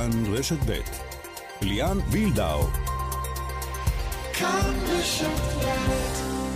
כאן רשת ב' ליאן וילדאו. כאן רשת ב'.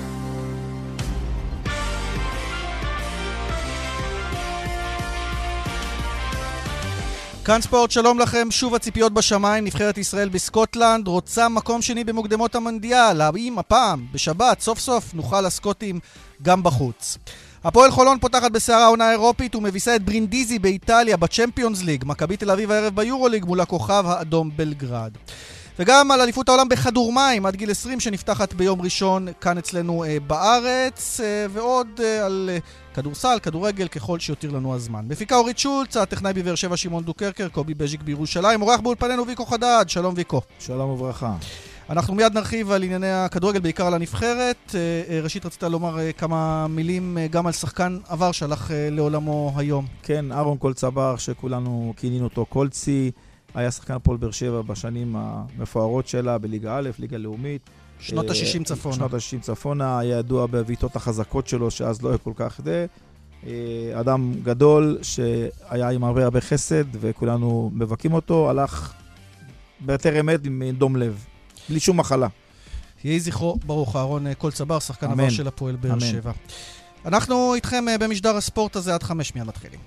כאן ספורט, שלום לכם, שוב הציפיות בשמיים, נבחרת ישראל בסקוטלנד רוצה מקום שני במוקדמות המונדיאל, האם הפעם בשבת סוף סוף נוכל הסקוטים גם בחוץ. הפועל חולון פותחת בסערה העונה האירופית ומביסה את ברינדיזי באיטליה בצ'מפיונס ליג, מכבי תל אביב הערב ביורוליג מול הכוכב האדום בלגרד. וגם על אליפות העולם בכדור מים עד גיל 20 שנפתחת ביום ראשון כאן אצלנו בארץ, ועוד על כדורסל, כדורגל, ככל שיותיר לנו הזמן. מפיקה אורית שולץ, הטכנאי בבאר שבע שמעון דוקרקר, קובי בז'יק בירושלים, אורח באולפנינו ויקו חדד. שלום ויקו. שלום וברכה. אנחנו מיד נרחיב על ענייני הכדורגל, בעיקר על הנבחרת. ראשית רצית לומר כמה מילים גם על שחקן עבר שהלך לעולמו היום. כן, אהרון קולצבר, שכולנו כינינו אותו קולצי, היה שחקן הפועל באר שבע בשנים המפוארות שלה בליגה א', ליגה לאומית. שנות ה-60 צפונה. שנות ה-60 צפונה, היה ידוע בביתות החזקות שלו, שאז לא היה כל כך די. אדם גדול שהיה עם הרבה חסד, וכולנו מבקים אותו, הלך ביותר אמת עם דום לב, בלי שום מחלה. יהי זכרו ברוך, אהרון קולצבר, שחקן עבר של הפועל באר שבע. אנחנו איתכם במשדר הספורט הזה עד 5 מיד מתחילים.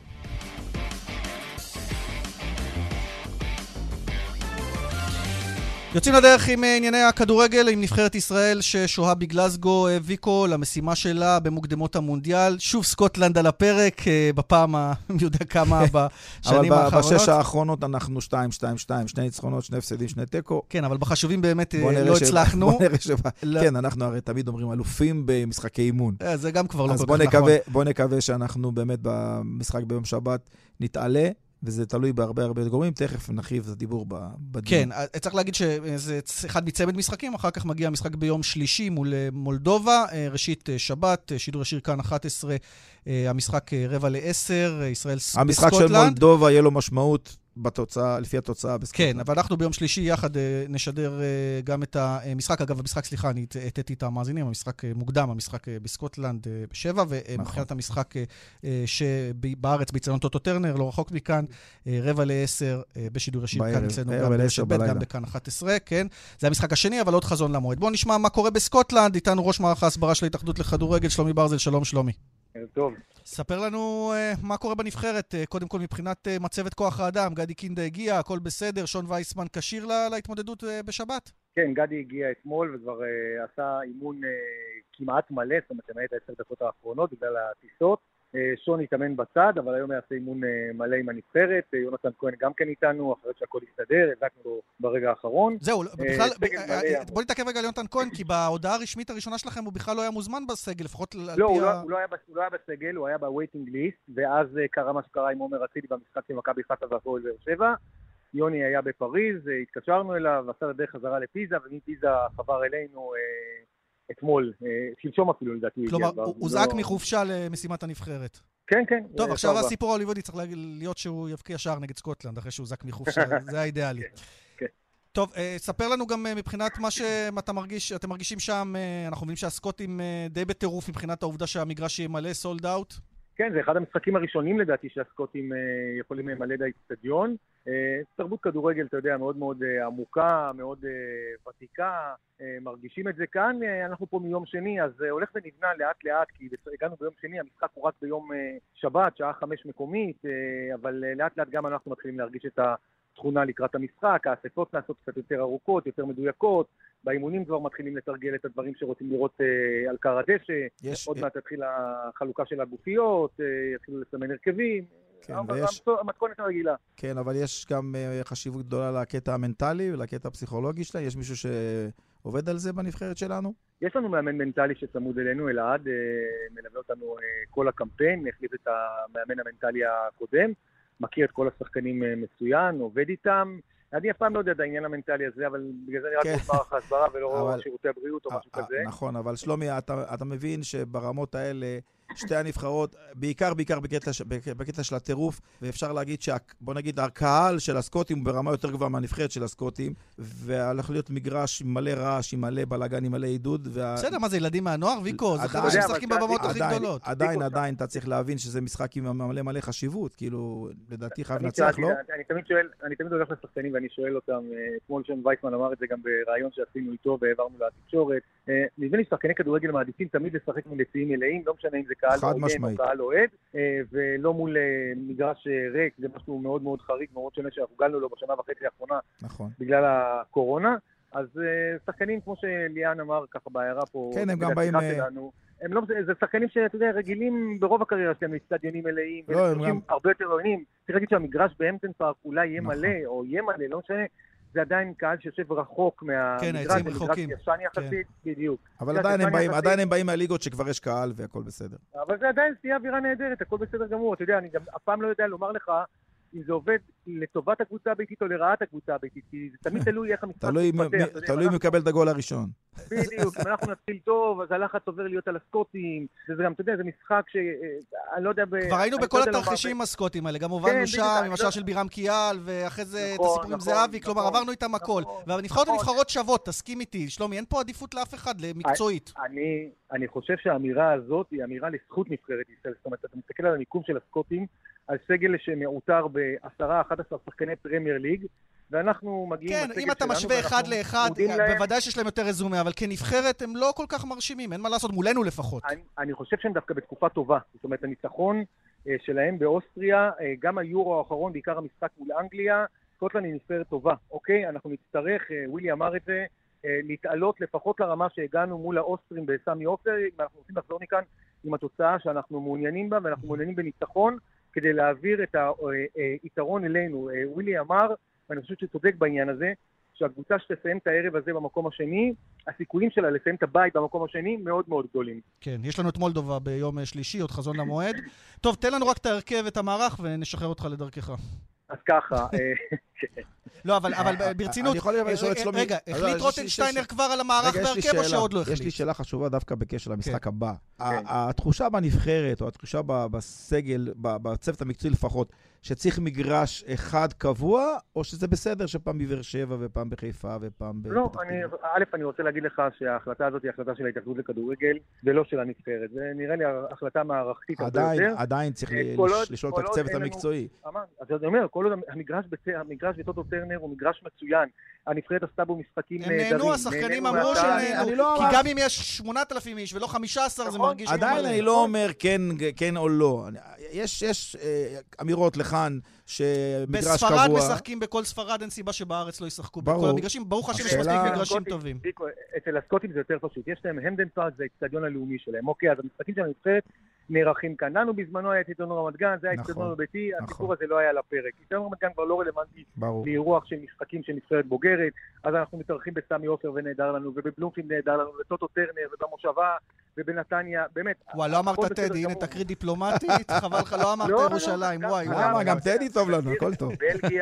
יוצאים לדרך עם ענייני הכדורגל, עם נבחרת ישראל ששוהה בגלזגו, ויקו, למשימה שלה במוקדמות המונדיאל. שוב סקוטלנד על הפרק, בפעם מי יודע כמה בשנים האחרונות. אבל בשש האחרונות אנחנו 2-2-2, שני ניצחונות, שני הפסדים, שני טקו. כן, אבל בחשובים באמת לא הצלחנו. בוא נראה כן, אנחנו הרי תמיד אומרים אלופים במשחקי אימון. זה גם כבר לא כל כך נכון. אז בוא נקווה שאנחנו באמת במשחק ביום שבת נתעלה. וזה תלוי בהרבה גורמים, תכף נרחיב את הדיבור בדיון. כן, צריך להגיד שזה אחד מצמד משחקים, אחר כך מגיע המשחק ביום שלישי מול מולדובה, ראשית שבת, שידור ישיר כאן 11, המשחק 9:45, ישראל בסקוטלנד. המשחק של מולדובה יהיה לו משמעות בתוצאה, לפי התוצאה בסקוטלנד. כן, אבל אנחנו ביום שלישי יחד נשדר גם את המשחק, אגב, המשחק, סליחה, אני התתי את המאזינים, המשחק מוקדם, המשחק בסקוטלנד ב7, ומבחינת המשחק שבארץ, באצטדיון טוטו טרנר, לא רחוק מכאן, 9:45 בשידור ישיר כאן אצלנו, גם בשבת, גם בכאן 11, כן. זה המשחק השני, אבל עוד חזון למועד. בואו נשמע מה קורה בסקוטלנד, איתנו ראש מערך ההסברה של ההתאחדות לכדורגל, שלומי ברזל. שלום שלומי. טוב. ספר לנו מה קורה בנבחרת, קודם כל מבחינת מצבת כוח האדם, גדי קינדה הגיע, הכל בסדר, שון וייסמן כשיר להתמודדות בשבת? כן, גדי הגיע אתמול וכבר עשה אימון כמעט מלא, זאת אומרת, למעט 10 דקות האחרונות בגלל הטיסות. שון התאמן בצד, אבל היום יעשה אימון מלא עם הנבחרת. יונתן כהן גם כן איתנו, אחרי שהכל יסתדר, הזקנו לו ברגע האחרון. זהו, בכלל, בוא נתעכב רגע על יונתן כהן, כי בהודעה הרשמית הראשונה שלכם הוא בכלל לא היה מוזמן בסגל, לפחות על פי הוא לא היה בסגל, הוא היה בווייטינג ליסט, ואז קרה מה שקרה עם עומר אצילי במשחק של מכבי חיפה והפועל באר שבע. יוני היה בפריז, התקשרנו אליו, עשה דרך חזרה לפיזה, ומפיזה חבר אלינו אתמול, שלשום אפילו לדעתי. כלומר, הוא זעק מחופשה למשימת הנבחרת. כן, כן. טוב, עכשיו הסיפור ההוליוודי צריך להיות שהוא יבקיע שער נגד סקוטלנד, אחרי שהוא זעק מחופשה, זה האידיאלי. טוב, ספר לנו גם מבחינת מה שאתם מרגישים שם, אנחנו מבינים שהסקוטים די בטירוף מבחינת העובדה שהמגרש יהיה מלא, סולד אאוט. כן, זה אחד המשחקים הראשונים לדעתי שהסקוטים יכולים למלא את האצטדיון. תרבות כדורגל, אתה יודע, מאוד מאוד עמוקה, מאוד ותיקה, מרגישים את זה כאן. אנחנו פה מיום שני, אז הולך ונבנה לאט לאט, כי הגענו ביום שני, המשחק הוא רק ביום שבת, שעה 5 מקומית, אבל לאט לאט גם אנחנו מתחילים להרגיש את התכונה לקראת המשחק, האספות נעשות קצת יותר ארוכות, יותר מדויקות, באימונים כבר מתחילים לתרגל את הדברים שרוצים לראות על קר הדשא, עוד מעט תתחיל החלוקה של הגופיות, יתחילו לסמן הרכבים, כן, המתכונת הרגילה. כן, אבל יש גם חשיבות גדולה לקטע המנטלי ולקטע הפסיכולוגי שלה, יש מישהו שעובד על זה בנבחרת שלנו? יש לנו מאמן מנטלי שצמוד אלינו, אלעד, מלווה אותנו כל הקמפיין, החליף את המאמן המנטלי הקודם, מכיר את כל השחקנים מצוין, עובד איתם, אני אף פעם לא יודע את העניין המנטלי הזה, אבל בגלל זה אני רק מערך ההסברה ולא שירותי הבריאות או משהו כזה. נכון, אבל שלומי, אתה מבין שברמות האלה שתי הנבחרות, בעיקר בקטע של הטירוף, ואפשר להגיד בוא נגיד, הקהל של הסקוטים הוא ברמה יותר גבוהה מהנבחרת של הסקוטים, והלך להיות מגרש עם מלא רעש, עם מלא בלגן, עם מלא עידוד. בסדר, מה זה, ילדים מהנוער? ויקו, זה חבר'ה שמשחקים בבמות הכי גדולות. עדיין, אתה צריך להבין שזה משחק עם מלא חשיבות, כאילו, לדעתי חייב לנצח, לא? אני תמיד הולך לשחקנים ואני שואל אותם, כמו שון וייסמן אמר את זה גם ברעיון שעשינו איתו והעברנו לתקשורת, נדמה לי שחקני כדורגל מעדיפים תמיד לשחק מול יציעים מלאים, לא משנה אם זה קהל עוין או קהל אוהד, ולא מול מגרש ריק, זה משהו מאוד מאוד חריג, מאוד שונה שהרגלנו לו בשנה וחצי האחרונה, בגלל הקורונה. אז שחקנים, כמו שליאן אמר ככה בהערה פה, כן, הם גם באים... זה שחקנים שאתה יודע, רגילים ברוב הקריירה שלהם לאצטדיונים מלאים, הם הרבה יותר עוינים. צריך להגיד שהמגרש בהמפטון פארק אולי יהיה מלא, או יהיה מלא, לא משנה, זה עדיין קהל שיושב רחוק מהמגרש, זה מגרש ישן יחסית, בדיוק. אבל עדיין הם באים מהליגות שכבר יש קהל והכל בסדר. אבל זה עדיין תהיה אווירה נהדרת, הכל בסדר גמור. אתה יודע, אני גם אף פעם לא יודע לומר לך אם זה עובד לטובת הקבוצה הביתית או לרעת הקבוצה הביתית, כי זה תמיד תלוי איך המשחק מתפתח. תלוי אם מקבל את הגול הראשון. בדיוק, אם אנחנו נתחיל טוב, אז הלחץ עובר להיות על הסקוטים, וזה גם, אתה יודע, זה משחק שאני לא יודע... כבר היינו בכל התרחישים עם הסקוטים האלה, גם הובלנו שם, עם השאר של בירם קיאל, ואחרי זה את הסיפור עם זהבי, כלומר עברנו איתם הכל. והנבחרות שוות, תסכים איתי, שלומי, אין פה עדיפות לאף אחד, למקצועית. אני חושב שהאמירה הזאת היא אמירה לזכות נבחרת ישראל, זאת אומרת, אתה מסתכל על המיקום של הסקוטים, על סגל שמעוטר ב10-11 שחקני פרמייר ליג, ואנחנו מגיעים... כן, אם אתה משווה אחד לאחד, בוודאי שיש להם יותר רזומה, אבל כנבחרת הם לא כל כך מרשימים, אין מה לעשות, מולנו לפחות. אני חושב שהם דווקא בתקופה טובה, זאת אומרת, הניצחון שלהם באוסטריה, גם היורו האחרון, בעיקר המשחק מול אנגליה, סקוטלנד היא נבחרת טובה, אוקיי? אנחנו נצטרך, ווילי אמר את זה, להתעלות לפחות לרמה שהגענו מול האוסטרים בסמי עופר, אנחנו רוצים לחזור מכאן עם התוצאה שאנחנו מעוניינים בה, ואנחנו מעוניינים בניצחון, כדי להעביר את היתרון אלינו. ווילי אמר, ואני חושב שצודק בעניין הזה, שהקבוצה שתסיים את הערב הזה במקום השני, הסיכויים שלה לסיים את הבית במקום השני מאוד מאוד גדולים. כן, יש לנו את מולדובה ביום שלישי, עוד חזון למועד. טוב, תן לנו רק את ההרכב ואת המערך ונשחרר אותך לדרכך. אז ככה... לא, אבל ברצינות, רגע, החליט רוטנשטיינר כבר על המערך והרכב או שעוד לא החליט? יש לי שאלה חשובה דווקא בקשר למשחק הבא. התחושה בנבחרת, או התחושה בסגל, בצוות המקצועי לפחות, שצריך מגרש אחד קבוע, או שזה בסדר שפעם בבאר שבע ופעם בחיפה ופעם... לא, אני רוצה להגיד לך שההחלטה הזאת היא החלטה של ההתאחדות לכדורגל, ולא של הנבחרת. זה נראה לי החלטה מערכתית הרבה יותר. עדיין צריך לשאול את הצוות המקצועי. אז אני אומר, כל עוד המגרש בטוטו טרנר הוא מגרש מצוין. הנבחרת עשתה בו משחקים נהדרים. הם נהנו, השחקנים אמרו שנהנו, כי גם אם יש 8,000 איש ולא 15, זה מרגיש... עדיין אני לא אומר כן או לא. יש אמירות לכאן שמגרש קבוע... בספרד משחקים בכל ספרד, אין סיבה שבארץ לא ישחקו בכל המגרשים. ברוך השם יש מספיק מגרשים טובים. אצל הסקוטים זה יותר פשוט. יש להם המדן פארק, זה האצטדיון הלאומי שלהם. אוקיי, אז המשחקים של הנבחרת נערכים כאן. לנו בזמנו היה אצטדיון רמת גן, זה היה אצטדיון ביתי, הסיפור הזה לא היה על הפרק. אצטדיון רמת גן כבר לא רלוונטי לאירוח של משחקים של נבחרת בוגרת, אז אנחנו מתארחים בסמי עופר ונהדר לנו, ובבלומפילד נהדר לנו, ובטוטו טרנר, ובמושבה, ובנתניה, באמת. וואי, לא אמרת טדי, הנה תקריא דיפלומטית, חבל לך, לא אמרת ירושלים, וואי. גם טדי טוב לנו, הכל טוב.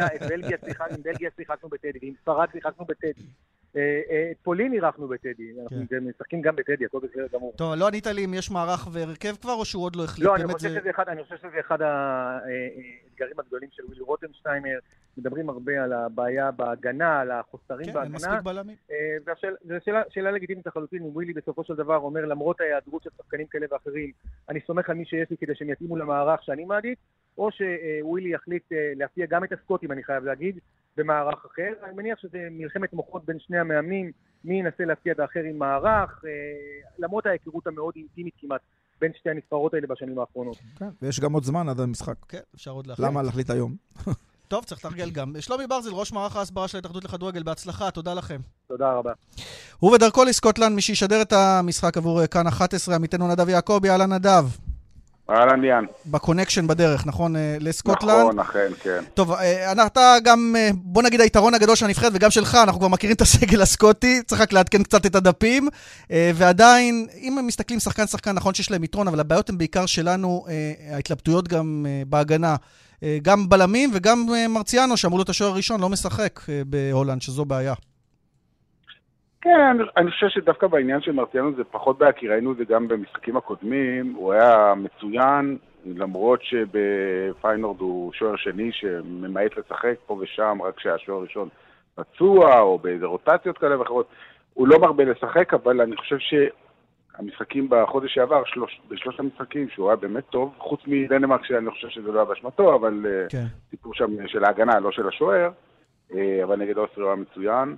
בלגיה שיחקנו בטדי, ועם ספרד שיחקנו בטדי. את פולין אירחנו בטדי, אנחנו משחקים גם בטדי, הכל בסדר גמור. טוב, לא ענית לי אם יש מערך והרכב כבר, או שהוא עוד לא החליט? לא, אני חושב שזה אחד האתגרים הגדולים של ווילי רוטנשטיינר, מדברים הרבה על הבעיה בהגנה, על החוסרים בהגנה. כן, אין מספיק בלמים. וזו שאלה לגיטימית לחלוטין, ווילי בסופו של דבר אומר, למרות ההיעדרות של שחקנים כאלה ואחרים, אני סומך על מי שיש לי כדי שהם יתאימו למערך שאני מעדיף, או שווילי יחליט להפתיע גם את הסקוטים, אני חייב להגיד, במערך אחר. אני מניח שזה מלחמת מוחות בין שני המאמנים, מי ינסה להפתיע את האחר עם מערך, למרות ההיכרות המאוד אינטימית כמעט בין שתי הנבחרות האלה בשנים האחרונות. כן, ויש גם עוד זמן עד המשחק. כן, אפשר עוד להחליט. למה להחליט היום? טוב, צריך לתרגל גם. שלומי ברזיל, ראש מערך ההסברה של ההתאחדות לכדורגל, בהצלחה, תודה לכם. תודה רבה. ובדרכו לסקוטלנד, מי שישדר את המשחק עבור כאן 11, עמיתנו נדב יעקבי, אהלן נדב. אהלן ליאן. בקונקשן בדרך, נכון? לסקוטלנד. נכון, כן. טוב, אתה גם, בוא נגיד, היתרון הגדול של הנבחרת וגם שלך, אנחנו כבר מכירים את הסגל הסקוטי, צריך רק לעדכן קצת את הדפים, ועדיין, אם הם מסתכלים שחקן, נכון שיש להם יתרון, אבל הבעיות הן בעיקר שלנו, ההתלבטויות גם בהגנה, גם בלמים וגם מרציאנו, שאמרו לו את השוער הראשון, לא משחק בהולנד, שזו בעיה. כן, אני חושב שדווקא בעניין של מרציאנו זה פחות בעיה, כי ראינו את זה גם במשחקים הקודמים, הוא היה מצוין, למרות שבפיינורד הוא שוער שני שממעט לשחק פה ושם, רק שהשוער הראשון פצוע, או באיזה רוטציות כאלה ואחרות, הוא לא מרבה לשחק, אבל אני חושב שהמשחקים בחודש שעבר, בשלושת המשחקים, שהוא היה באמת טוב, חוץ מדנמרק שאני חושב שזה לא היה באשמתו, אבל סיפור שם של ההגנה, לא של השוער, אבל נגד אוסטריה הוא היה מצוין.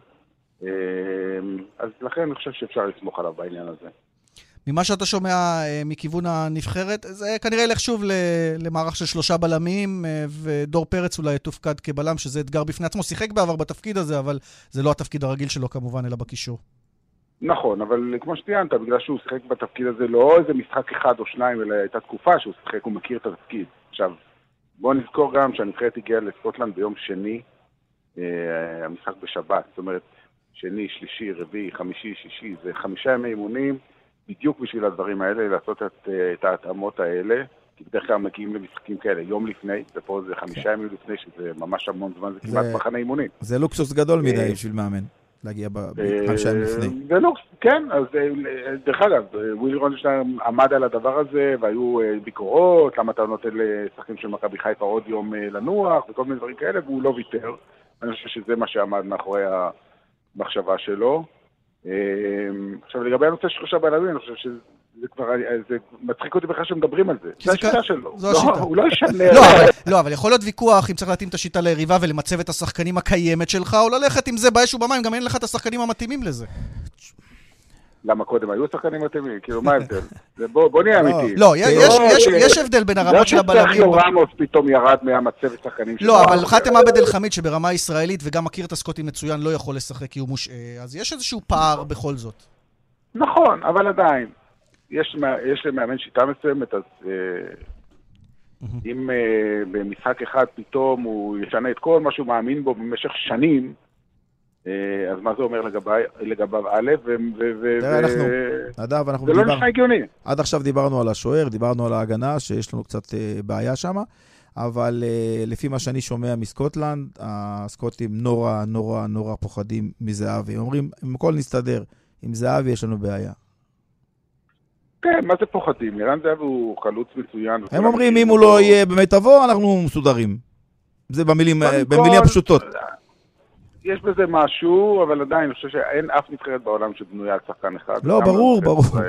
אז לכן אני חושב שאפשר לסמוך עליו בעניין הזה. ממה שאתה שומע מכיוון הנבחרת, זה כנראה ילך שוב למערך של 3 בלמים, ודור פרץ אולי תופקד כבלם, שזה אתגר בפני עצמו. שיחק בעבר בתפקיד הזה, אבל זה לא התפקיד הרגיל שלו כמובן, אלא בקישור. נכון, אבל כמו שציינת, בגלל שהוא שיחק בתפקיד הזה לא איזה משחק אחד או שניים, אלא הייתה תקופה שהוא שיחק, הוא מכיר את התפקיד. עכשיו, בואו נזכור גם שהנבחרת הגיעה לסקוטלנד ביום שני, המשחק בשבת, זאת אומרת, שני, שלישי, רביעי, חמישי, שישי, זה 5 ימי אימונים, בדיוק בשביל הדברים האלה, לעשות את ההתאמות האלה, כי בדרך כלל מגיעים למשחקים כאלה יום לפני, ופה זה 5 ימים לפני, שזה ממש המון זמן, זה כמעט מחנה אימונים. זה לוקסוס גדול מדי בשביל מאמן, להגיע 5 ימים לפני. זה לוקס, כן, אז דרך אגב, ווילי רוזנשטיין עמד על הדבר הזה, והיו ביקורות, למה אתה נותן לשחקים של מכבי חיפה עוד יום לנוח, וכל מיני דברים כאלה, והוא לא ויתר. אני חושב שזה מה שעמד מאחורי המחשבה שלו. עכשיו, לגבי הנושא של 3 בלמים, אני חושב שזה כבר, זה מצחיק אותי בכלל שמדברים על זה. זה השיטה שלו. זו השיטה. הוא לא ישנה. לא, אבל יכול להיות ויכוח אם צריך להתאים את השיטה ליריבה ולמצב את השחקנים הקיימת שלך, או ללכת עם זה באש ובמים, גם אין לך את השחקנים המתאימים לזה. למה קודם היו שחקנים מתאימים? כאילו, מה ההבדל? בוא נהיה אמיתי. לא, יש הבדל בין הרמות של הבלמים. לא שסרחיו רמוס פתאום ירד מהמצבת שחקנים שלו. לא, אבל חתם עבד אל חמיד שברמה ישראלית וגם מכיר את הסקוטים מצוין לא יכול לשחק כי הוא מושעה, אז יש איזשהו פער בכל זאת. נכון, אבל עדיין, יש למאמן שיטה מסוימת, אז אם במשחק אחד פתאום הוא ישנה את כל מה שהוא מאמין בו במשך שנים, אז מה זה אומר לגביו א', זה לא נשמע הגיוני. עד עכשיו דיברנו על השוער, דיברנו על ההגנה, שיש לנו קצת בעיה שם, אבל לפי מה שאני שומע מסקוטלנד, הסקוטים נורא פוחדים מזהבי. הם אומרים, אם הכל נסתדר, עם זהבי יש לנו בעיה. כן, מה זה פוחדים? לירן זהבי הוא חלוץ מצוין. הם אומרים, אם הוא לא יהיה במיטבו, אנחנו מסודרים. זה במילים הפשוטות. יש בזה משהו, אבל עדיין אני חושב שאין אף נבחרת בעולם שבנויה על שחקן אחד. לא, ברור.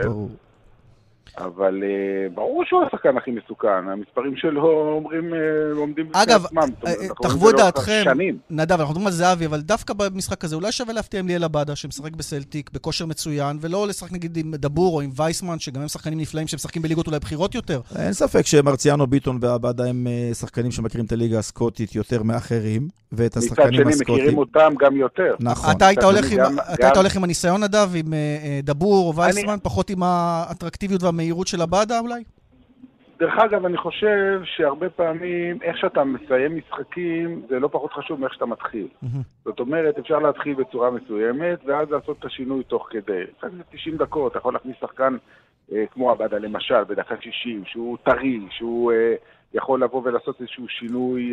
אבל ברור שהוא השחקן הכי מסוכן. המספרים שלו עומדים בפני עצמם. אגב, תחוו את דעתכם, נדב, אנחנו מדברים על זהבי, אבל דווקא במשחק הזה אולי שווה להפתיע עם ליאל עבדה, שמשחק בסלטיק, בכושר מצוין, ולא לשחק נגיד עם דבור או עם וייסמן, שגם הם שחקנים נפלאים, שמשחקים בליגות אולי בחירות יותר. אין ספק שמרציאנו, ביטון ועבדה הם שחקנים שמכירים את הליגה הסקוטית יותר מאחרים, ואת השחקנים הסקוטים. מצד שני מכירים אותם גם יותר. נכון. אתה היית הולך עם הניסיון, נדב, עם דבור או וייסמן, פחות עם האטרקטיביות והמהירות של עבדה אולי? דרך אגב, אני חושב שהרבה פעמים איך שאתה מסיים משחקים זה לא פחות חשוב מאיך שאתה מתחיל. זאת אומרת, אפשר להתחיל בצורה מסוימת ואז לעשות את השינוי תוך כדי. זה 90 דקות, אתה יכול להכניס שחקן כמו עבדה למשל, בדקה 60, שהוא טרי, שהוא יכול לבוא ולעשות איזשהו שינוי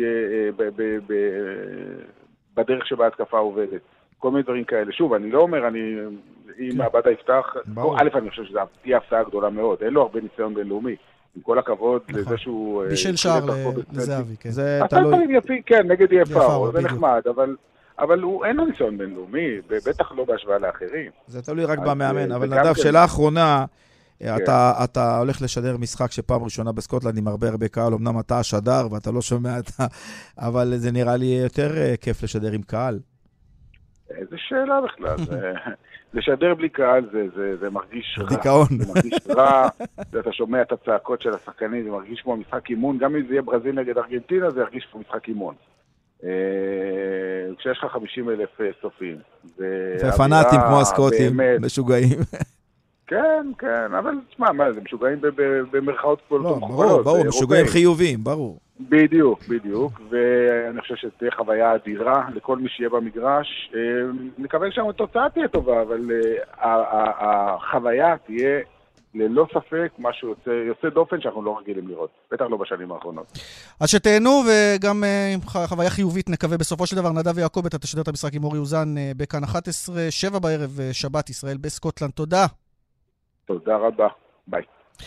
בדרך שבה התקפה עובדת. כל מיני דברים כאלה. שוב, אני לא אומר, אם עבדה יפתח, א', אני חושב שזה תהיה הפתעה גדולה מאוד. אין לו הרבה ניסיון בינלאומי. עם כל הכבוד לזה שהוא... בישל שער לזהבי, כן. זה תלוי... כן, נגד יפר, זה נחמד, אבל אין לו ניסיון בינלאומי, בטח לא בהשוואה לאחרים. זה תלוי רק במאמן, אבל נדב, שאלה האחרונה, אתה הולך לשדר משחק שפעם ראשונה בסקוטלנד עם הרבה קהל, אמנם אתה השדר ואתה לא שומע את ה... אבל זה נראה לי יותר כיף לשדר עם קהל. איזה שאלה בכלל. לשדר בלי קהל זה מרגיש רע. דיכאון. זה מרגיש רע, אתה שומע את הצעקות של השחקנים, זה מרגיש כמו משחק אימון, גם אם זה יהיה ברזיל נגד ארגנטינה, זה ירגיש כמו משחק אימון. כשיש לך 50,000 צופים. ופנאטים כמו הסקוטים, משוגעים. כן, אבל תשמע, מה, זה משוגעים במרכאות לא, ברור, משוגעים חיוביים, ברור. בדיוק, ואני חושב שתהיה חוויה אדירה לכל מי שיהיה במגרש. נקווה שהתוצאה תהיה טובה, אבל החוויה תהיה ללא ספק משהו יוצא דופן שאנחנו לא רגילים לראות, בטח לא בשנים האחרונות. אז שתהנו, וגם חוויה חיובית נקווה בסופו של דבר. נדב ויעקב, אתה תשדר את המשחק עם אורי אוזן בכאן 11, 7 בערב, שבת, ישראל בסקוטלנד. תודה. תודה רבה, ביי.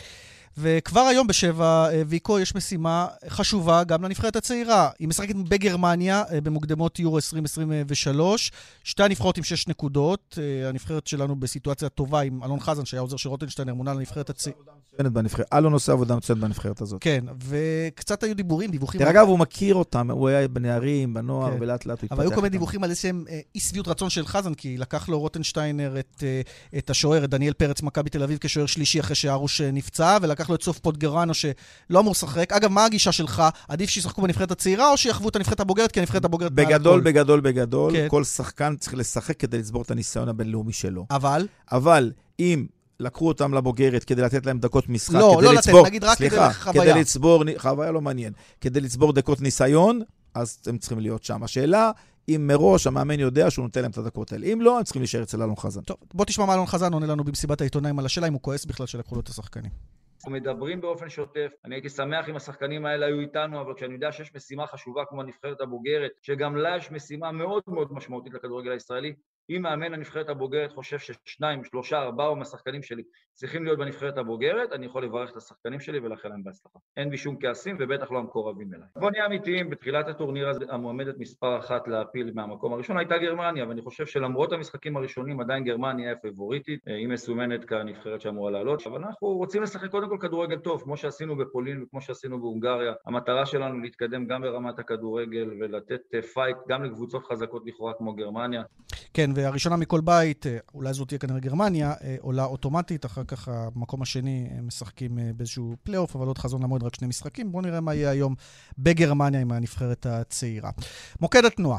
וכבר היום בשבע, ויקו, יש משימה חשובה גם לנבחרת הצעירה. היא משחקת בגרמניה במוקדמות יורו 2023. שתי הנבחרות עם 6 נקודות. הנבחרת שלנו בסיטואציה טובה עם אלון חזן, שהיה עוזר של רוטנשטיינר, מונה לנבחרת הצעירה. אלון עושה עבודה מצוינת בנבחרת הזאת. כן, וקצת היו דיווחים... אגב, הוא מכיר אותם, הוא היה בנערים, בנוער, ולאט לאט הוא התפתח. אבל היו כל מיני דיווחים על איזשהם אי שביעות רצון של חזן, כי לקח לו רוטנשטיינר את השוער, את דניאל פרץ מכבי תל אביב כשוער שלישי אחרי שהרוש נפצע, ולקח לו את סוף פוטגרנו שלא אמור לשחק. אגב, מה הגישה שלך? עדיף שישחקו בנבחרת הצעירה או שיחוו את הנבחרת הבוגרת, כי הנבחרת הבוגרת בגדול, כל שחקן צריך לשחק כדי לצבור את הניסיון הבינלאומי שלו. אבל אם לקחו אותם לבוגרת כדי לתת להם דקות משחק, לא לתת, נגיד רק כדי חוויה. כדי לצבור, חוויה לא מעניין, כדי לצבור דקות ניסיון, אז הם צריכים להיות שם. השאלה, אם מראש המאמן יודע שהוא נותן להם את הדקות האלה. אם לא, הם צריכים להישאר אצל אלון חזן. טוב, בוא תשמע מה אלון חזן עונה לנו במסיבת העיתונאים על השאלה אם הוא כועס בכלל שלקחו לו את השחקנים. אנחנו מדברים באופן שוטף, אני הייתי שמח אם השחקנים האלה היו איתנו, אבל כשאני יודע שיש משימה חשובה כמו הנבחרת הבוגרת, שגם לה יש משימה מאוד מאוד משמעותית לכדורגל הישראלי, אם מאמן הנבחרת הבוגרת חושב ששניים, שלושה, ארבעה מהשחקנים שלי צריכים להיות בנבחרת הבוגרת, אני יכול לברך את השחקנים שלי ולאחל להם בהצלחה. אין בי שום כעסים ובטח לא המקורבים אליי. בוא נהיה אמיתיים, בתחילת הטורניר הזה המועמדת מספר 1 להפיל מהמקום הראשון הייתה גרמניה, ואני חושב שלמרות המשחקים הראשונים עדיין גרמניה היא הפייבוריטית, היא מסומנת כנבחרת שאמורה לעלות, אבל אנחנו רוצים לשחק קודם כל כדורגל טוב, כמו שעשינו בפולין וכמו שעשינו בהונגריה. המטרה שלנו להתקדם גם ברמת הכדורגל ולתת פייט גם לקבוצות חזקות לכאורה כמו גרמניה. כן, והראשונה מכל בית, אולי זאת תהיה כנראה גרמניה, עולה אוטומטית, אחר כך המקום השני משחקים באיזשהו פלייאוף, אבל עוד חזון למועד רק 2 משחקים. בואו נראה מה יהיה היום בגרמניה עם הנבחרת הצעירה. מוקד התנועה.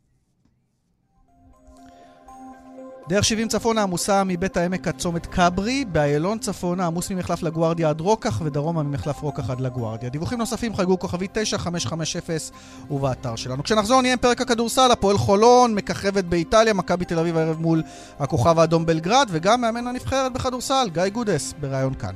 דרך 70 צפונה עמוסה מבית העמק עד צומת קברי, באיילון צפונה עמוס ממחלף לגוארדיה עד רוקח ודרומה ממחלף רוקח עד לגוארדיה. דיווחים נוספים חייגו כוכבי 9550 ובאתר שלנו. כשנחזור נהיה עם פרק הכדורסל, הפועל חולון מככבת באיטליה, מכבי תל אביב הערב מול הכוכב האדום בלגרד, וגם מאמן הנבחרת בכדורסל, גיא גודס, בראיון כאן.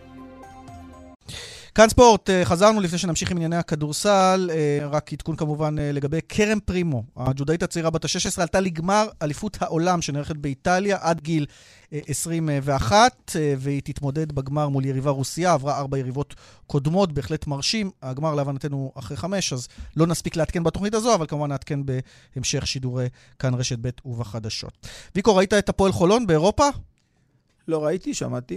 כאן ספורט, חזרנו לפני שנמשיך עם ענייני הכדורסל, רק עדכון כמובן לגבי קרם פרימו, הג'ודאית הצעירה בת ה-16, עלתה לגמר אליפות העולם שנערכת באיטליה עד גיל 21, והיא תתמודד בגמר מול יריבה רוסיה, עברה 4 יריבות קודמות, בהחלט מרשים, הגמר להבנתנו אחרי 5, אז לא נספיק להתקן בתוכנית הזו, אבל כמובן נתקן בהמשך שידורי כאן רשת ב' ובחדשות. ויקו, ראית את הפועל חולון באירופה? לא ראיתי, שמעתי.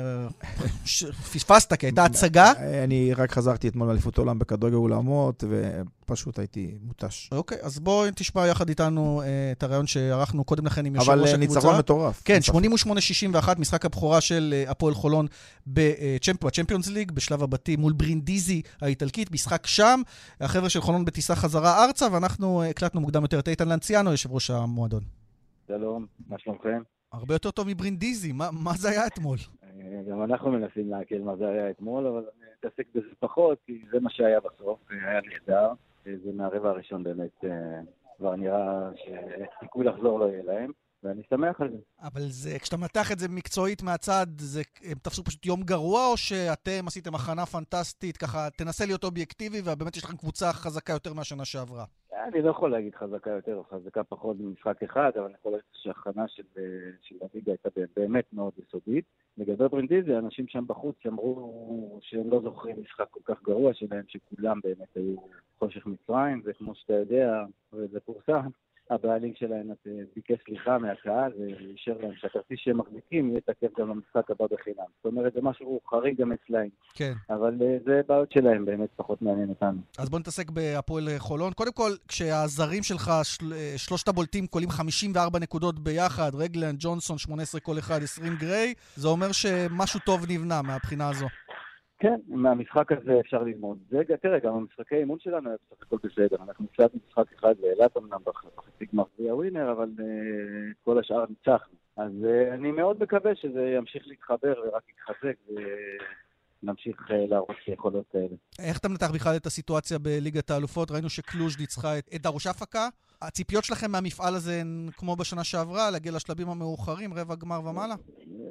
פספסת, כי הייתה הצגה? אני רק חזרתי אתמול מאליפות העולם בכדורגל אולמות, ופשוט הייתי מותש. אוקיי, אז בוא תשמע יחד איתנו את הרעיון שערכנו קודם לכן עם יושב ראש הקבוצה. אבל ניצחון מטורף. כן, 88-61, משחק הבכורה של הפועל חולון בצ'מפיונס ליג, בשלב הבתים מול ברינדיזי האיטלקית, משחק שם, החבר'ה של חולון בטיסה חזרה ארצה, ואנחנו הקלטנו מוקדם יותר את איתן לנציאנו, יושב ראש המועדון. שלום, מה שלומכם? הרבה יותר טוב מברינדיזי, מה זה היה אתמול? גם אנחנו מנסים להקל מה זה היה אתמול, אבל אני אתעסק בזה פחות, כי זה מה שהיה בסוף, היה נהדר. זה מהרבע הראשון באמת, כבר נראה שסיכוי לחזור לא יהיה להם, ואני שמח על זה. אבל כשאתה מתח את זה מקצועית מהצד, הם תפסו פשוט יום גרוע, או שאתם עשיתם הכנה פנטסטית, ככה תנסה להיות אובייקטיבי, ובאמת יש לכם קבוצה חזקה יותר מהשנה שעברה? אני לא יכול להגיד חזקה יותר או חזקה פחות במשחק אחד, אבל אני יכול להגיד שההכנה של הליגה הייתה באמת מאוד יסודית. לגבי ברינדיזי, אנשים שם בחוץ שאמרו שהם לא זוכרים משחק כל כך גרוע שלהם, שכולם באמת היו חושך מצרים, וכמו שאתה יודע, וזה פורסם, הבעלים שלהם ביקש סליחה מהקהל, ואישר להם שהכרטיס שהם מחזיקים יהיה תקף גם למשחק הבא בחינם. זאת אומרת, זה משהו חריג גם אצלהם. כן. אבל זה בעיות שלהם, באמת פחות מעניין אותנו. אז בוא נתעסק בהפועל חולון. קודם כל, כשהזרים שלך, 3 הבולטים קולים 54 נקודות ביחד, רגלן, ג'ונסון, 18 כל אחד, 20 גריי, זה אומר שמשהו טוב נבנה מהבחינה הזו. כן, מהמשחק הזה אפשר ללמוד. תראה, גם המשחקי האימון שלנו היה בסך הכל בסדר. אנחנו הפסדנו משחק אחד ואילת אמנם בחצי גמר גביע ווינר, אבל כל השאר ניצחנו. אז אני מאוד מקווה שזה ימשיך להתחבר ורק יתחזק ונמשיך להראות יכולות כאלה. איך אתה מנתח בכלל את הסיטואציה בליגת האלופות? ראינו שקלוז' ניצחה את דרושפקה. הציפיות שלכם מהמפעל הזה הן כמו בשנה שעברה, להגיע לשלבים המאוחרים, רבע גמר ומעלה?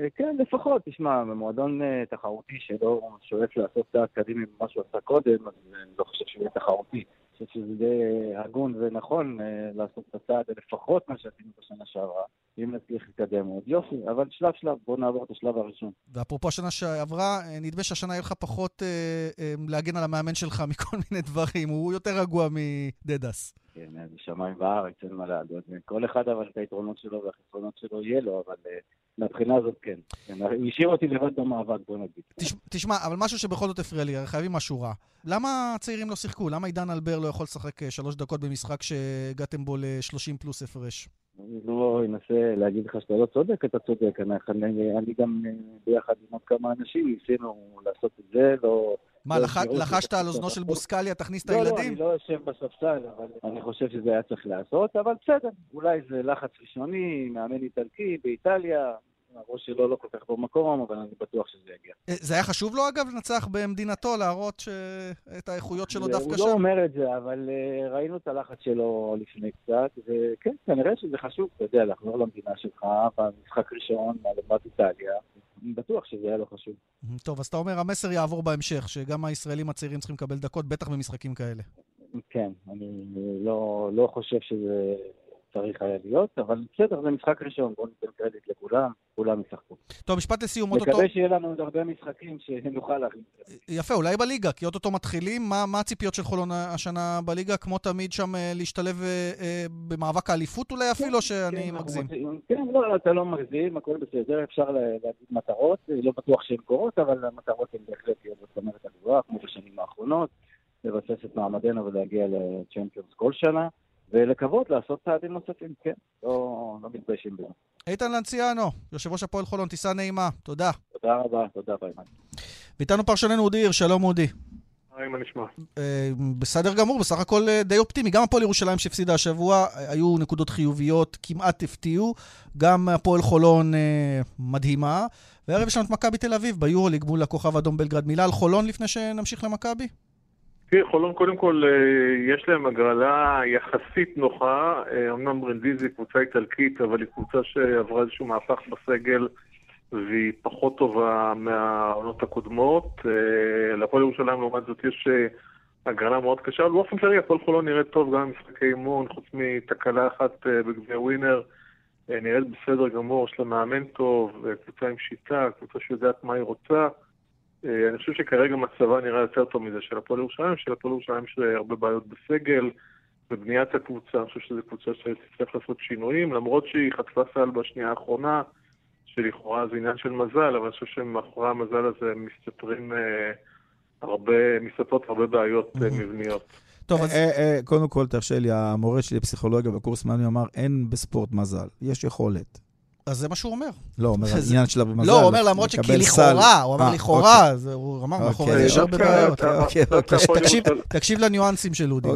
כן, לפחות, תשמע, במועדון תחרותי שלא שואף לעשות צעד קדימה ממה שהוא עשה קודם, אז אני לא חושב שהוא יהיה תחרותי. אני חושב שזה די הגון ונכון לעשות את הצעד לפחות מה שעשינו בשנה שעברה. אם נצליח להתקדם עוד יופי, אבל שלב, בואו נעבור את השלב הראשון. ואפרופו השנה שעברה, נדמה שהשנה יהיה לך פחות להגן על המאמן שלך מכל מיני דברים, הוא יותר רגוע מדדס. כן, זה שמיים בארץ, אין מה לעדות. כל אחד אבל את היתרונות שלו והחסרונות שלו יהיה לו, אבל מהבחינה הזאת כן. הוא השאיר אותי לבד במאבק, בוא נגיד. תשמע, אבל משהו שבכל זאת הפריע לי, הרי חייבים משהו רע. למה הצעירים לא שיחקו? למה עידן אלבר לא יכול לשחק 3 דקות במשחק שהגעתם בו ל-30 פלוס הפרש? אני לא אנסה להגיד לך שאתה לא צודק, אתה צודק. אני גם ביחד עם עוד כמה אנשים ניסינו לעשות את זה, לא... מה, לחשת על אוזנו של בוסקליה, תכניס את הילדים? לא, אני לא יושב בספסל, אבל אני חושב שזה היה צריך לעשות, אבל בסדר, אולי זה לחץ ראשוני, מאמן איטלקי באיטליה, הראש שלו לא כל כך במקום, אבל אני בטוח שזה יגיע. זה היה חשוב לו אגב לנצח במדינתו, להראות את האיכויות שלו דווקא שם? הוא לא אומר את זה, אבל ראינו את הלחץ שלו לפני קצת, וכן, כנראה שזה חשוב, אתה יודע, לחזור למדינה שלך, במשחק ראשון, מעלמת איטליה, אני בטוח שזה היה לו חשוב. טוב, אז אתה אומר, המסר יעבור בהמשך, שגם הישראלים הצעירים צריכים לקבל דקות, בטח במשחקים כאלה. כן, אני לא חושב שזה צריך היה להיות, אבל בסדר, זה משחק ראשון, בואו ניתן קרדיט לכולם, כולם ישחקו. טוב, משפט לסיום, מקווה שיהיה לנו עוד הרבה משחקים שנוכל להכין. יפה, אולי בליגה, כי אוטוטו מתחילים, מה הציפיות של חולון השנה בליגה? כמו תמיד שם להשתלב במאבק האליפות אולי אפילו, או שאני מגזים? כן, לא, אתה לא מגזים, הכל בסדר, אפשר להגיד מטרות, לא בטוח שהן קורות, אבל המטרות הן בהחלט להיות בצמרת הגבוהה, כמו בשנים האחרונות, לבסס את מעמדנו ולהגיע לצ'מפיונס כל שנה. ולקוות לעשות צעדים נוספים, כן, לא מתביישים בזה. איתן לנציאנו, יושב ראש הפועל חולון, טיסה נעימה, תודה. תודה רבה, תודה בימן. ואיתנו פרשננו אודי עיר, שלום אודי. היי, מה נשמע? בסדר גמור, בסך הכל די אופטימי. גם הפועל ירושלים שהפסידה השבוע, היו נקודות חיוביות, כמעט הפתיעו. גם הפועל חולון מדהימה. וערב יש לנו את מכבי תל אביב, ביורוליג מול הכוכב האדום בלגרד. מילה על חולון לפני שנמשיך למכבי? חולון קודם כל יש להם הגרלה יחסית נוחה, אמנם ברנדיזי קבוצה איטלקית, אבל היא קבוצה שעברה איזשהו מהפך בסגל והיא פחות טובה מהעונות הקודמות. להפועל ירושלים לעומת זאת יש הגרלה מאוד קשה, אבל באופן כללי הפועל חולון נראית טוב גם במשחקי אימון, חוץ מתקלה אחת בגביע ווינר, נראית בסדר גמור, יש לה מאמן טוב, קבוצה עם שיטה, קבוצה שיודעת מה היא רוצה. אני חושב שכרגע מצבה נראה יותר טוב מזה של הפועל ירושלים, שלפועל ירושלים יש הרבה בעיות בסגל, בבניית הקבוצה, אני חושב שזו קבוצה שצריך לעשות שינויים, למרות שהיא חטפה סל בשנייה האחרונה, שלכאורה זה עניין של מזל, אבל אני חושב שמאחורי המזל הזה מסתתרות הרבה בעיות מבניות. טוב, קודם כל תרשה לי, המורה שלי בפסיכולוגיה בקורס מאמנים אמר, אין בספורט מזל, יש יכולת. אז זה מה שהוא אומר. לא, הוא אומר, העניין שלה במזל. לא, הוא אומר למרות שכי לכאורה, הוא אומר לכאורה, הוא אמר מאחורי זה יש הרבה בעיות. תקשיב לניואנסים של אודי.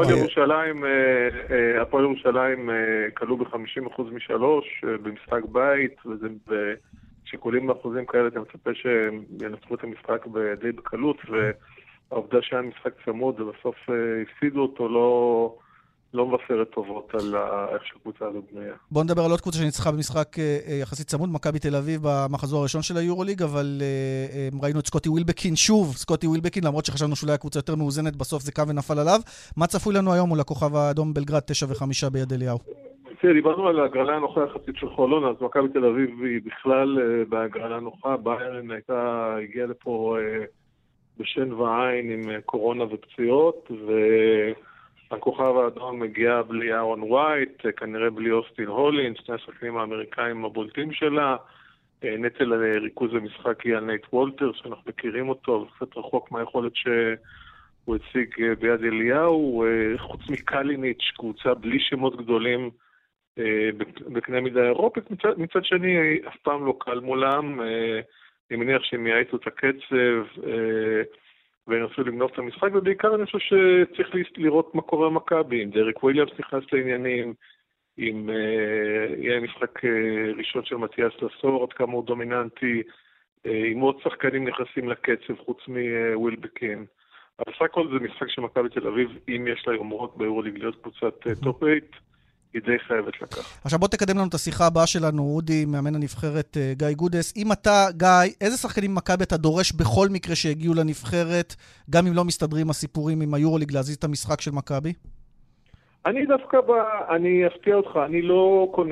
הפועל ירושלים קלו ב-50% משלוש במשחק בית, וזה בשיקולים באחוזים כאלה, אתה מצפה שהם ינצחו את המשחק די בקלות, והעובדה שהיה משחק צמוד ובסוף הפסידו אותו לא מבשרת טובות על איך שהקבוצה הזאת בנויה. בואו נדבר על עוד קבוצה שניצחה במשחק יחסית צמוד, מכבי תל אביב במחזור הראשון של היורוליג, אבל ראינו את סקוטי ווילבקין שוב, סקוטי ווילבקין, למרות שחשבנו שאולי הקבוצה יותר מאוזנת, בסוף זה קו ונפל עליו. מה צפוי לנו היום מול הכוכב האדום בלגרד 9-5 ביד אליהו? דיברנו על ההגרלה הנוחה יחסית של חולון, אז מכבי תל אביב היא בכלל בהגרלה הנוחה, ביירן הגיעה לפה בשן ועין עם קורונה ופציעות, הכוכב האדום מגיע בלי אהרון ווייט, כנראה בלי אוסטין הולינס, שני השחקנים האמריקאים הבולטים שלה, נטל ריכוז במשחק היא על נייט וולטר, שאנחנו מכירים אותו, קצת רחוק מהיכולת שהוא הציג ביד אליהו, חוץ מקליניץ', קבוצה בלי שמות גדולים בקנה מידה אירופית, מצד שני אף פעם לא קל מולם, אני מניח שהם יעיטו את הקצב, ונסו למנוף את המשחק, ובעיקר אני חושב שצריך לראות מה קורה מכבי, אם דריק וויליאמס נכנס לעניינים, אם יהיה משחק ראשון של מתיאס לסור, עד כמה הוא דומיננטי, אם עוד שחקנים נכנסים לקצב חוץ מווילבקין. אבל סך הכל זה משחק של מכבי תל אביב, אם יש לה יומרות ביורוליג להיות קבוצת טופ 8, היא די חייבת לקחת. עכשיו בוא תקדם לנו את השיחה הבאה שלנו, אודי, מאמן הנבחרת גיא גודס. אם אתה, גיא, איזה שחקנים ממכבי אתה דורש בכל מקרה שהגיעו לנבחרת, גם אם לא מסתדרים הסיפורים עם היורוליג, להזיז את המשחק של מכבי? אני דווקא אני אפתיע אותך, אני לא קונה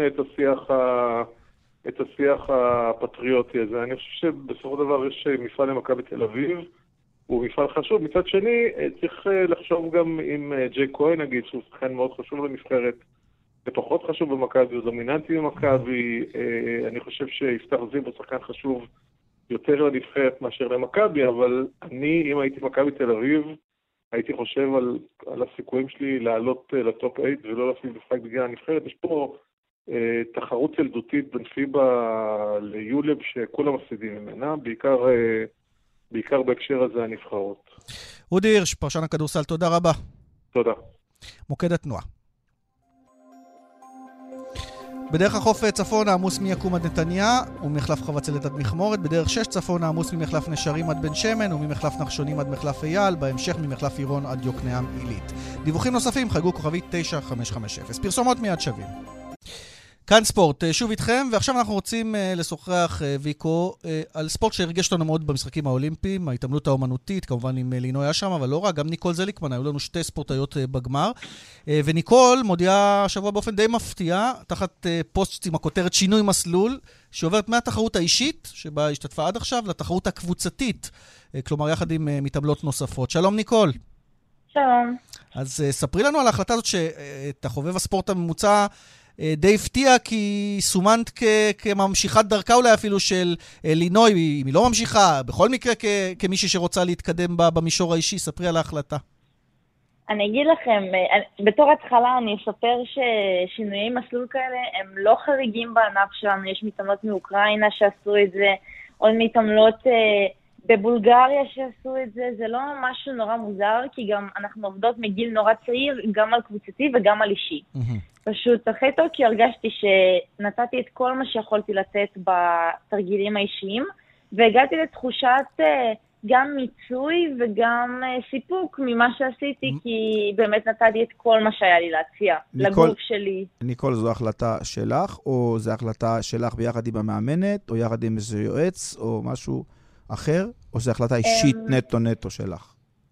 את השיח הפטריוטי הזה. אני חושב שבסופו של דבר יש מפעל למכבי תל אביב, הוא מפעל חשוב. מצד שני, צריך לחשוב גם עם ג'יי כהן, נגיד, שהוא שחקן מאוד חשוב לנבחרת, ופחות חשוב במכבי, הוא דומיננטי במכבי. אני חושב שיפתח זיו הוא שחקן חשוב יותר לנבחרת מאשר למכבי, אבל אני, אם הייתי מכבי תל אביב, הייתי חושב על הסיכויים שלי לעלות לטופ 8 ולא להפסיד משחק בגלל הנבחרת. יש פה תחרות ילדותית בין פיבה ליולב שכולם מפסידים ממנה, בעיקר בהקשר הזה הנבחרות. אודי הירש, פרשן הכדורסל, תודה רבה. תודה. מוקד התנועה. בדרך החוף צפון העמוס מיקום עד נתניה ומחלף חבצלת עד מכמורת. בדרך 6 צפון העמוס ממחלף נשרים עד בן שמן וממחלף נחשונים עד מחלף אייל. בהמשך ממחלף עירון עד יוקנעם עילית. דיווחים נוספים חייגו כוכבית 9550. פרסומות מיד שווים. כאן ספורט, שוב איתכם, ועכשיו אנחנו רוצים לשוחח, ויקו, על ספורט שהרגש לנו מאוד במשחקים האולימפיים, ההתעמלות האומנותית, כמובן עם לינוי היה שם, אבל לא רק, גם ניקול זליקמן, היו לנו 2 ספורטאיות בגמר, וניקול מודיעה השבוע באופן די מפתיע, תחת פוסט עם הכותרת שינוי מסלול, שעוברת מהתחרות האישית, שבה השתתפה עד עכשיו, לתחרות הקבוצתית, כלומר יחד עם מתעמלות נוספות. שלום ניקול. שלום. אז ספרי לנו על ההחלטה הזאת שאת החובב הספורט הממוצע די הפתיע, כי סומנת כממשיכת דרכה אולי אפילו של לינוי, אם היא לא ממשיכה, בכל מקרה כמישהי שרוצה להתקדם במישור האישי. ספרי על ההחלטה. אני אגיד לכם, בתור התחלה אני אספר ששינויי מסלול כאלה הם לא חריגים בענף שלנו. יש מתעמלות מאוקראינה שעשו את זה, עוד מתעמלות בבולגריה שעשו את זה. זה לא משהו נורא מוזר, כי גם אנחנו עובדות מגיל נורא צעיר, גם על קבוצתי וגם על אישי. פשוט אחרי טוקיו הרגשתי שנתתי את כל מה שיכולתי לתת בתרגילים האישיים, והגעתי לתחושת גם מיצוי וגם סיפוק ממה שעשיתי, כי באמת נתתי את כל מה שהיה לי להציע לגוף שלי. ניקול, זו החלטה שלך, או זו החלטה שלך ביחד עם המאמנת, או יחד עם איזה יועץ, או משהו אחר, או זו החלטה אישית נטו שלך?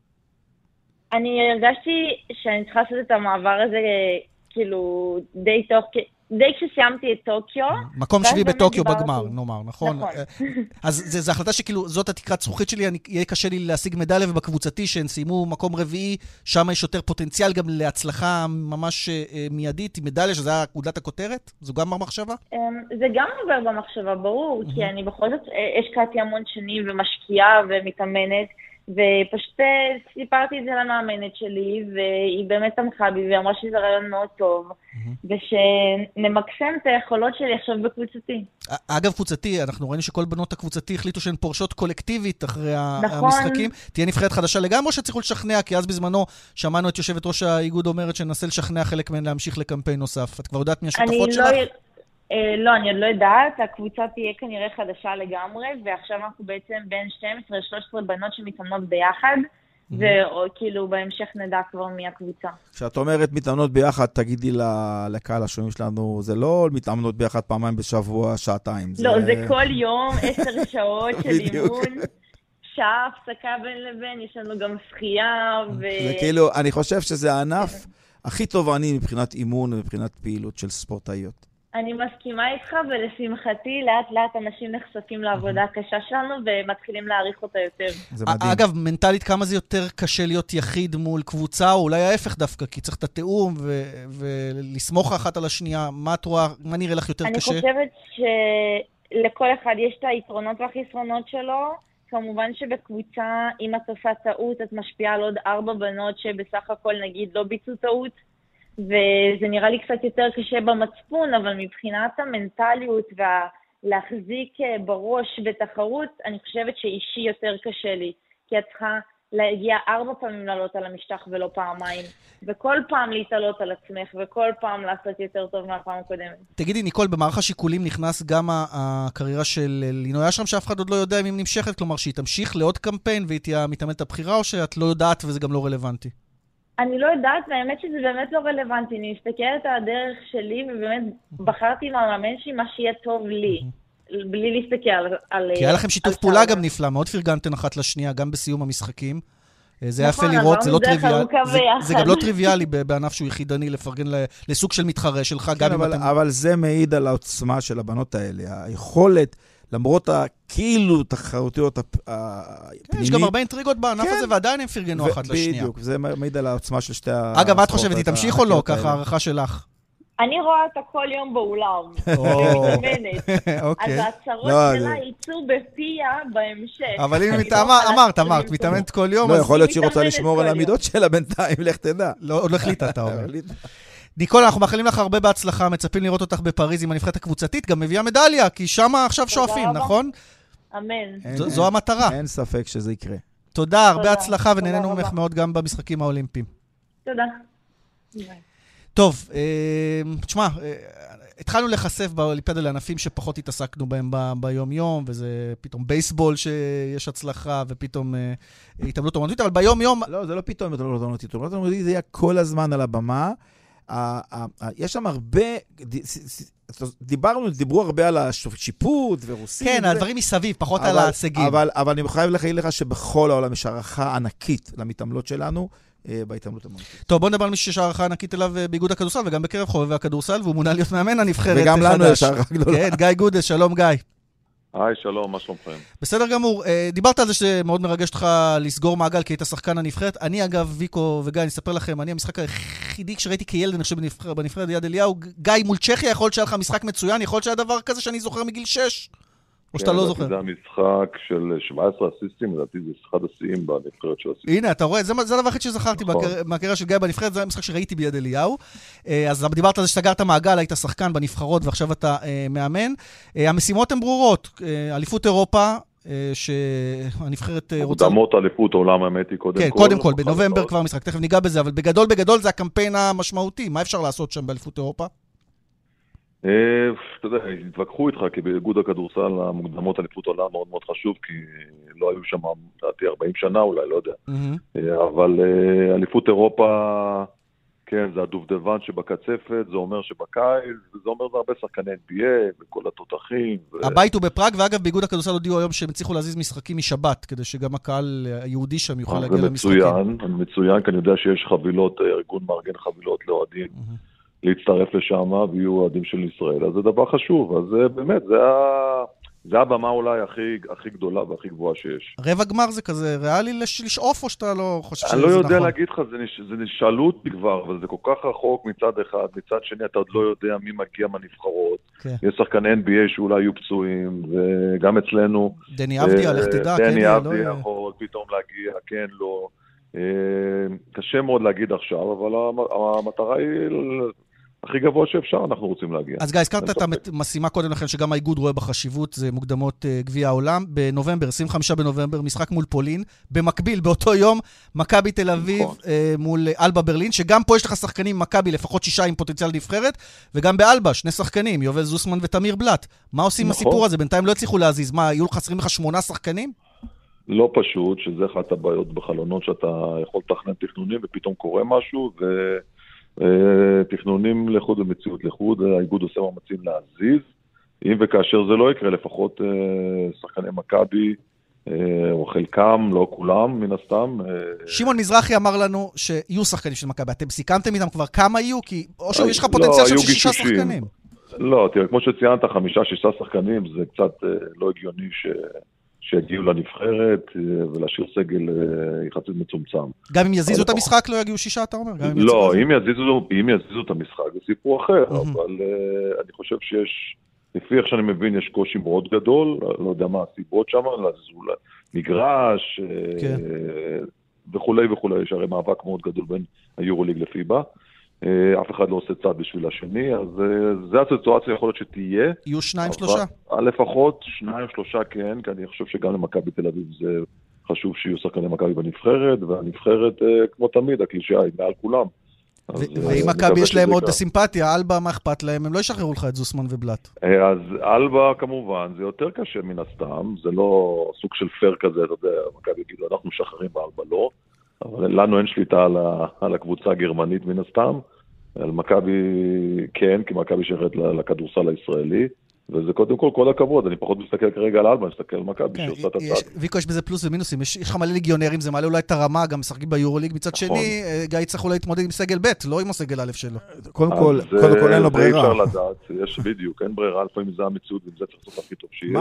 אני הרגשתי שאני צריכה לעשות את המעבר הזה כאילו די כשסיימתי את טוקיו. מקום שביעי בטוקיו בגמר, נאמר, נכון? אז זו החלטה שכאילו זאת התקרת זכוכית שלי, יהיה קשה לי להשיג מדליה, ובקבוצתי שהן סיימו מקום רביעי, שם יש יותר פוטנציאל גם להצלחה ממש מיידית, עם מדליה, שזה היה עובדת הכותרת? זו גם במחשבה? זה גם עובר במחשבה, ברור, כי אני בכל זאת השקעתי המון שנים ומשקיעה ומתאמנת, ופשוט סיפרתי את זה למאמנת שלי, והיא באמת תמכה בי, ואמרה שזה רעיון מאוד טוב, ושנמקסם את היכולות שלי עכשיו בקבוצתי. אגב, קבוצתי, אנחנו ראינו שכל בנות הקבוצתי החליטו שהן פורשות קולקטיבית אחרי המשחקים. תהיה נבחרת חדשה לגמרי, שצריכו לשכנע, כי אז בזמנו שמענו את יושבת ראש האיגוד אומרת שנסה לשכנע חלק מהן להמשיך לקמפיין נוסף. את כבר יודעת מי השותפות שלך? לא, אני עוד לא יודעת, הקבוצה תהיה כנראה חדשה לגמרי, ועכשיו אנחנו בעצם בין 12-13 בנות שמתאמנות ביחד, וכאילו בהמשך נדע כבר מי הקבוצה. כשאת אומרת מתאמנות ביחד, תגידי לקהל השומעים שלנו, זה לא מתאמנות ביחד פעמיים בשבוע, שעתיים. לא, זה כל יום 10 שעות של אימון, שעה הפסקה בין לבין, יש לנו גם שחייה. זה כאילו, אני חושב שזה הענף הכי תובעני מבחינת אימון ומבחינת פעילות של ספורטאיות. אני מסכימה איתך, ולשמחתי לאט לאט אנשים נחשפים לעבודה הקשה שלנו ומתחילים להעריך אותה יותר. אגב, מנטלית כמה זה יותר קשה להיות יחיד מול קבוצה, או אולי ההפך דווקא, כי צריך את התיאום ולסמוך אחת על השנייה. מה את רואה, מה נראה לך יותר קשה? אני חושבת שלכל אחד יש את היתרונות והחסרונות שלו. כמובן שבקבוצה, אם את עושה טעות, את משפיעה על עוד 4 בנות שבסך הכל נגיד לא ביצעו טעות, וזה נראה לי קצת יותר קשה במצפון, אבל מבחינת המנטליות והלהחזיק בראש בתחרות, אני חושבת שאישי יותר קשה לי, כי את צריכה להגיע 4 פעמים לעלות על המשטח ולא פעמיים, וכל פעם להתעלות על עצמך, וכל פעם לעשות יותר טוב מהפעם הקודמת. תגידי, ניקול, במערך השיקולים נכנס גם הקריירה של לינוי אשרם, שאף אחד עוד לא יודע אם היא נמשכת, כלומר שהיא תמשיך לעוד קמפיין והיא תהיה מתאמנת הבחירה, או שאת לא יודעת וזה גם לא רלוונטי? אני לא יודעת, והאמת שזה באמת לא רלוונטי. אני מסתכלת על הדרך שלי, ובאמת בחרתי מאמן מה שיהיה טוב לי, בלי להסתכל על... כי היה לכם שיתוף פעולה גם נפלא, מאוד פרגנתם אחת לשנייה, גם בסיום המשחקים. זה היה יפה לראות, זה לא טריוויאלי. זה גם לא טריוויאלי בענף שהוא יחידני לפרגן לסוג של מתחרה שלך, גם אם אתם... אבל זה מעיד על העוצמה של הבנות האלה. היכולת, למרות כאילו תחרותיות הפנימית... יש גם הרבה אינטריגות בענף הזה, ועדיין הם פרגנו אחת לשנייה. בדיוק, זה מעיד על העוצמה של שתי... אגב, מה את חושבת, היא תמשיך או לא? ככה הערכה שלך. אני רואה אותה כל יום באולם. היא מתאמנת. אז ההצהרות שלה ייצאו בפיה בהמשך. אבל אם אמרת, מתאמנת כל יום. לא, יכול להיות שהיא רוצה לשמור על המידות שלה בינתיים, לך תדע. עוד לא החליטה, אתה אומר. ניקול, אנחנו מאחלים לך הרבה בהצלחה, מצפים לראות אותך בפריז עם הנבחרת הקבוצתית, גם מביאה מדליה, כי שם עכשיו שואפים, נכון? אמן. זו המטרה. אין ספק שזה יקרה. תודה, הרבה הצלחה, ונהנינו ממך מאוד גם במשחקים האולימפיים. תודה. טוב, תשמע, התחלנו לחשף באולימפיאדה לענפים שפחות התעסקנו בהם ביום-יום, וזה פתאום בייסבול שיש הצלחה, ופתאום התעמלות אומנותית, אבל ביום-יום... לא, זה לא פתאום התעמלות אומנותית. התעמלות אומנותית זה היה כל הזמן על הבמה. יש שם הרבה... דיברו הרבה על השיפוט ורוסים. כן, הדברים מסביב, פחות על ההישגים. אבל אני חייב להגיד לך שבכל העולם יש הערכה ענקית למתעמלות שלנו, בהתעמלות המונית. טוב, בוא נדבר על מי שיש הערכה ענקית אליו באיגוד הכדורסל, וגם בקרב חובבי הכדורסל, והוא מונה להיות מאמן הנבחרת. וגם לנו יש הערכה גדולה. כן, גיא גודס, שלום גיא. היי, שלום, מה שלומכם? בסדר גמור. דיברת על זה שמאוד מרגש אותך לסגור מעגל, כי היית שחקן הנבחרת. אני אגב, ויקו וגיא, אני אספר לכם, אני המשחק היחידי כשראיתי כילד, אני חושב בנבחרת יד אליהו, גיא מול צ'כיה, יכול להיות שהיה לך משחק מצוין, יכול להיות שהיה דבר כזה שאני זוכר מגיל 6. או שאתה לא זוכר. זה המשחק של 17 אסיסטים, לדעתי זה אחד השיאים בנבחרת של אסיסטים. הנה, אתה רואה, זה הדבר הכי שזכרתי מהקריירה של גיא בנבחרת, זה המשחק שראיתי ביד אליהו. אז דיברת על זה שסגרת מעגל, היית שחקן בנבחרות, ועכשיו אתה מאמן. המשימות הן ברורות. אליפות אירופה, שהנבחרת רוצה... מוקדמות אליפות העולם האמת היא קודם כל. כן, קודם כל, בנובמבר כבר משחק, תכף ניגע בזה, אבל בגדול זה הקמפיין המשמעותי. מה אפשר לעשות שם באליפות אירופה? אתה יודע, התווכחו איתך, כי באיגוד הכדורסל המוקדמות אליפות עולם מאוד מאוד חשוב, כי לא היו שם, לדעתי 40 שנה אולי, לא יודע. אבל אליפות אירופה, כן, זה הדובדבן שבקצפת, זה אומר שבקיץ, וזה אומר זה הרבה שחקני NBA, וכל התותחים. הבית הוא בפראג, ואגב, באיגוד הכדורסל הודיעו היום שהם הצליחו להזיז משחקים משבת, כדי שגם הקהל היהודי שם יוכל להגיע למשחקים. זה מצוין, כי אני יודע שיש חבילות, ארגון מארגן חבילות לאוהדים. להצטרף לשם ויהיו אוהדים של ישראל, אז זה דבר חשוב, אז באמת, זה הבמה אולי הכי גדולה והכי גבוהה שיש. רבע גמר זה כזה ריאלי לשאוף, או שאתה לא חושב שזה נכון? אני לא יודע נכון? להגיד לך, זה שאלו אותי כבר, אבל זה כל כך רחוק מצד אחד, מצד שני אתה עוד לא יודע מי מגיע מהנבחרות, יש שחקני NBA שאולי יהיו פצועים, וגם אצלנו... דני אבדיה, לך תדע, כן, דני אבדיה יכול פתאום להגיע, כן, לא... קשה מאוד להגיד עכשיו, אבל המטרה היא... הכי גבוה שאפשר אנחנו רוצים להגיע. אז גיא, הזכרת את המשימה קודם לכן, שגם האיגוד רואה בחשיבות, זה מוקדמות גביע העולם. בנובמבר, 25 בנובמבר, משחק מול פולין. במקביל, באותו יום, מכבי תל אביב מול אלבה ברלין, שגם פה יש לך שחקנים מכבי, לפחות 6 עם פוטנציאל נבחרת, וגם באלבה, 2 שחקנים, יובל זוסמן ותמיר בלט. מה עושים הסיפור הזה? בינתיים לא הצליחו להזיז. מה, יהיו חסרים לך 8 שחקנים? לא פשוט, שזה אחת הבעיות בחלונות שאתה יכול לתכנן תכנונים ופתאום קורה משהו, תכנונים לחוד ומציאות לחוד, האיגוד עושה מאמצים להזיז, אם וכאשר זה לא יקרה, לפחות שחקני מכבי, או חלקם, לא כולם, מן הסתם. שמעון מזרחי אמר לנו שיהיו שחקנים של מכבי, אתם סיכמתם איתם כבר כמה יהיו? כי או שיש לך פוטנציאל של 6 שחקנים. לא, תראה, כמו שציינת, 5-6 שחקנים, זה קצת לא הגיוני שיגיעו לנבחרת ולהשאיר סגל יחסית מצומצם. גם אם יזיזו את המשחק לא יגיעו 6, אתה אומר? לא, אם יזיזו את המשחק זה סיפור אחר, אבל אני חושב שיש, לפי איך שאני מבין, יש קושי מאוד גדול, לא יודע מה הסיבות שם, מגרש וכולי וכולי, יש הרי מאבק מאוד גדול בין היורוליג לפיבה, אף אחד לא עושה צד בשביל השני, אז זה הסיטואציה יכול להיות שתהיה. יהיו 2-3? לפחות 2-3 כן, כי אני חושב שגם למכבי תל אביב זה חשוב שיהיו שחקני מכבי בנבחרת, והנבחרת, כמו תמיד, הקלישאה היא מעל כולם. ואם מכבי יש להם עוד סימפתיה, אלבה מה אכפת להם, הם לא ישחררו לך את זוסמן ובלט. אז אלבה כמובן, זה יותר קשה מן הסתם, זה לא סוג של פר כזה, אתה יודע, מכבי יגידו, אנחנו משחררים ואלבה לא. אבל לנו אין שליטה על הקבוצה הגרמנית מן הסתם, על מכבי כן, כי מכבי שייכת לכדורסל הישראלי, וזה קודם כל הכבוד, אני פחות מסתכל כרגע על אלבה, אני מסתכל על מכבי שעושה את הצד. ויקו, יש בזה פלוס ומינוסים, יש לך מלא ליגיונרים, זה מעלה אולי את הרמה, גם משחקים ביורוליג, מצד שני, גיא צריך אולי להתמודד עם סגל ב', לא עם הסגל א' שלו. קודם כל אין לו ברירה. זה אפשר לדעת, יש בדיוק, אין ברירה, לפעמים זה המציאות, וזה צריך לעשות הכי טוב שיש.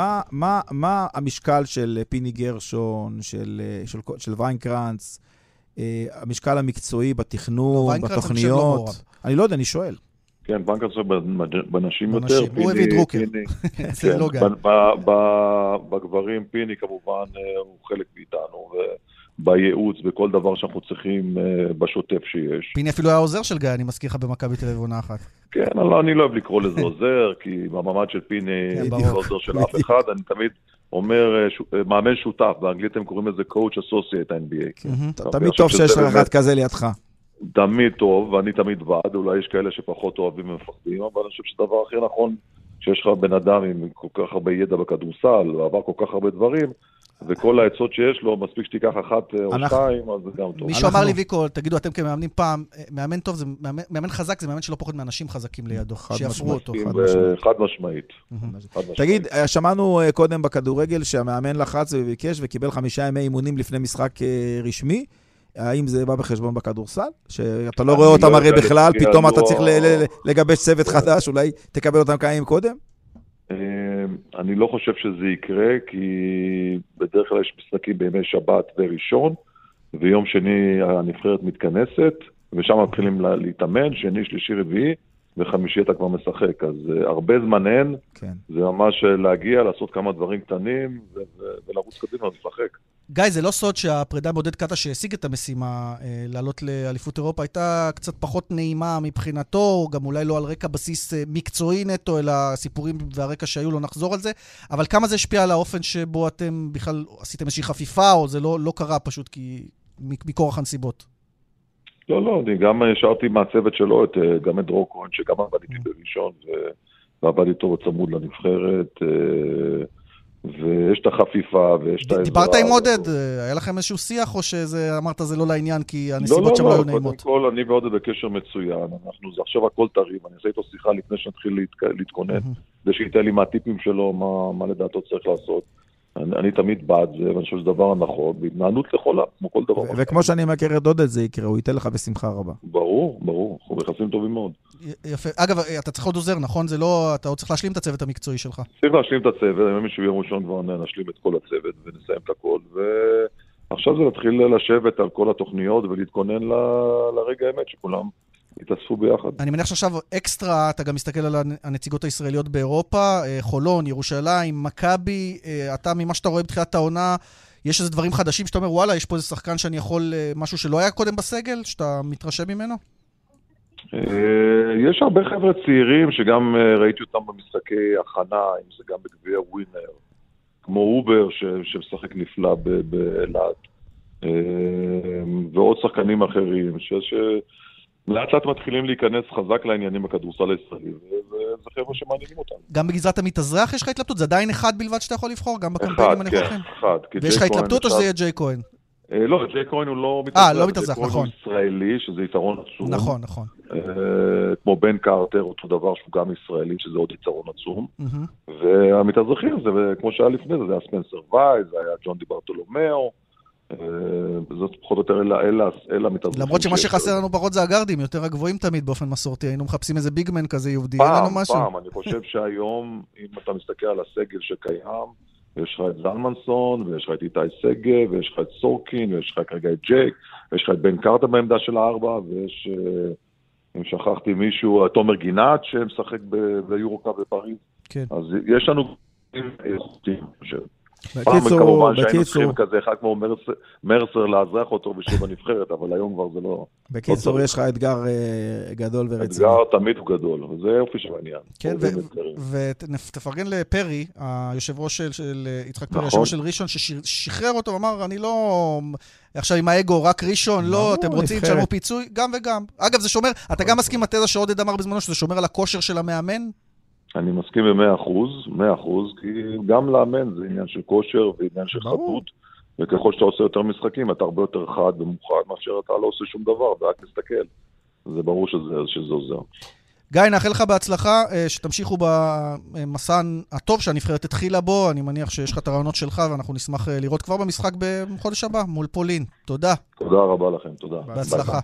מה המשקל של פיני גרשון, של ויינקרנץ, המשקל המקצועי בתכנון, בתוכניות? אני לא יודע, אני שואל. כן, בנק הזה בנשים יותר. הוא הביא דרוקר. זה לא גן. בגברים פיני כמובן הוא חלק מאיתנו, ובייעוץ, בכל דבר שאנחנו צריכים בשוטף שיש. פיני אפילו היה עוזר של גיא, אני מזכיר לך במכבי תל אביב עונה אחת. כן, אני לא אוהב לקרוא לזה עוזר, כי במעמד של פיני הייתי לא עוזר של אף אחד, אני תמיד אומר, מאמן שותף, באנגלית הם קוראים לזה coach associate NBA. תמיד טוב שיש לך אחד כזה לידך. תמיד טוב, ואני תמיד ועד, אולי יש כאלה שפחות אוהבים ומפחדים, אבל אני חושב שהדבר הכי נכון, שיש לך בן אדם עם כל כך הרבה ידע בכדורסל, ועבר כל כך הרבה דברים, וכל העצות שיש לו, מספיק שתיקח אחת או שתיים, אז זה גם טוב. מישהו אמר לי, ויקו, תגידו, אתם כמאמנים פעם, מאמן טוב, מאמן חזק, זה מאמן שלא פחות מאנשים חזקים לידו, שיפרו אותו. חד משמעית. תגיד, שמענו קודם בכדורגל שהמאמן לחץ וביקש וקיבל 5 ימי אימונים לפני משחק רשמי, האם זה בא בחשבון בכדורסל? שאתה לא רואה אותם הרי בכלל, פתאום אתה צריך לגבש צוות חדש, אולי תקבל אותם כמה ימים קודם? אני לא חושב שזה יקרה, כי בדרך כלל יש משחקים בימי שבת וראשון, ויום שני הנבחרת מתכנסת, ושם מתחילים להתאמן, שני, שלישי, רביעי, וחמישי אתה כבר משחק. אז הרבה זמן אין, זה ממש להגיע, לעשות כמה דברים קטנים, ולרוץ קדימה ולשחק. גיא, זה לא סוד שהפרידה מעודד קטע שהשיג את המשימה לעלות לאליפות אירופה, הייתה קצת פחות נעימה מבחינתו, גם אולי לא על רקע בסיס מקצועי נטו, אלא סיפורים והרקע שהיו, לא נחזור על זה, אבל כמה זה השפיע על האופן שבו אתם בכלל עשיתם איזושהי חפיפה, או זה לא קרה פשוט מכורח הנסיבות? לא, אני גם השארתי מהצוות שלו, גם את דרור כהן, שגם עבד איתי בראשון, ועבד איתו צמוד לנבחרת, ויש את החפיפה, ויש את העזרה. דיברת עם עודד? היה לכם איזשהו שיח, או שאמרת זה לא לעניין, כי הנסיבות שם לא היו נעימות? קודם כל, אני ועודד בקשר מצוין, זה עכשיו הכל תריב, אני אעשה איתו שיחה לפני שנתחיל להתכונן, כדי שייתן לי מהטיפים שלו, מה לדעתו צריך לעשות. אני תמיד בעד זה, ואני חושב שזה דבר נכון, בהתנהלות לכולה, כמו כל דבר. וכמו שאני מכיר את עודד, זה יקרה, הוא ייתן לך בשמחה רבה. ברור, אנחנו ביחסים טובים מאוד. יפה. אגב, אתה צריך עוד עוזר, נכון? זה לא, אתה עוד צריך להשלים את הצוות המקצועי שלך. צריך להשלים את הצוות, ביום ראשון כבר נשלים את כל הצוות ונסיים את הכל, ועכשיו זה להתחיל לשבת על כל התוכניות ולהתכונן לרגע האמת שכולם התאספו ביחד. אני מניח שעכשיו אקסטרה, אתה גם מסתכל על הנציגות הישראליות באירופה, חולון, ירושלים, מכבי, אתה ממה שאתה רואה בתחילת העונה, יש איזה דברים חדשים שאתה אומר, וואלה, יש פה איזה שחקן שאני יכול, משהו שלא היה קודם בסגל, שאתה מתרשם ממנו? יש הרבה חבר'ה צעירים שגם ראיתי אותם במשחקי הכנה, אם זה גם בגביע ווינר, כמו אובר שמשחק נפלא באילת, ועוד שחקנים אחרים, לאט לאט מתחילים להיכנס חזק לעניינים בכדורסל הישראלי, וזה חבר'ה שמעניינים אותם. גם בגזרת המתאזרח יש לך התלבטות? זה עדיין אחד בלבד שאתה יכול לבחור, גם בקמפיינים הנכוחים? אחד. ויש לך התלבטות או שזה יהיה ג'יי כהן? לא, ג'יי כהן הוא לא מתאזרח. לא מתאזרח, נכון. ג'יי כהן הוא ישראלי, שזה יתרון עצום. נכון. כמו בן קארטר, אותו דבר שהוא גם ישראלי, שזה עוד יתרון עצום. והמתאזרחים, כמו שהיה לפני זה, זה היה ספנסר וייז, זה היה ג'ון די ברטולומיאו, זאת פחות או יותר אלה מתאזרחים. למרות שמה שחסר לנו פחות זה הגרדים, יותר הגבוהים תמיד באופן מסורתי, היינו מחפשים איזה ביגמן כזה יהודי, אין לנו משהו. פעם, אני חושב שהיום, אם אתה מסתכל על הסגל שקיים, יש לך את זלמנסון, ויש לך את איתי סגב, ויש לך את סורקין, ויש לך כרגע את ג'ק, ויש לך את בן קארטר בעמדה של 4, ויש, אם שכחתי מישהו, תומר גינת, שמשחק ביורוקאפ בפריז. כן. אז יש לנו איכותים, פעם כמובן שהיינו צריכים כזה אחד כמו מרסר לאזרח אותו בשביל בנבחרת, אבל היום כבר זה לא... בקיצור, יש לך אתגר גדול ורציני. אתגר תמיד הוא גדול, וזה יופי של העניין. כן, ותפרגן לפרי, היושב ראש של יצחק פרי, היושב ראש של ראשון, ששחרר אותו ואמר, אני לא... עכשיו עם האגו, רק ראשון, לא, אתם רוצים שלמו פיצוי, גם וגם. אגב, זה שומר, אתה גם מסכים התזה שעודד אמר בזמנו, שזה שומר על הכושר של המאמן? אני מסכים ב100%, כי גם לאמן זה עניין של כושר ועניין של חדות, וככל שאתה עושה יותר משחקים, אתה הרבה יותר חד ומוכן, מאשר אתה לא עושה שום דבר, ורק מסתכל. זה ברור שזה עוזר. גיא, נאחל לך בהצלחה, שתמשיכו במסע הטוב שהנבחרת התחילה בו, אני מניח שיש לך את הרעיונות שלך, ואנחנו נשמח לראות כבר במשחק בחודש הבא, מול פולין. תודה. תודה רבה לכם, תודה. בהצלחה.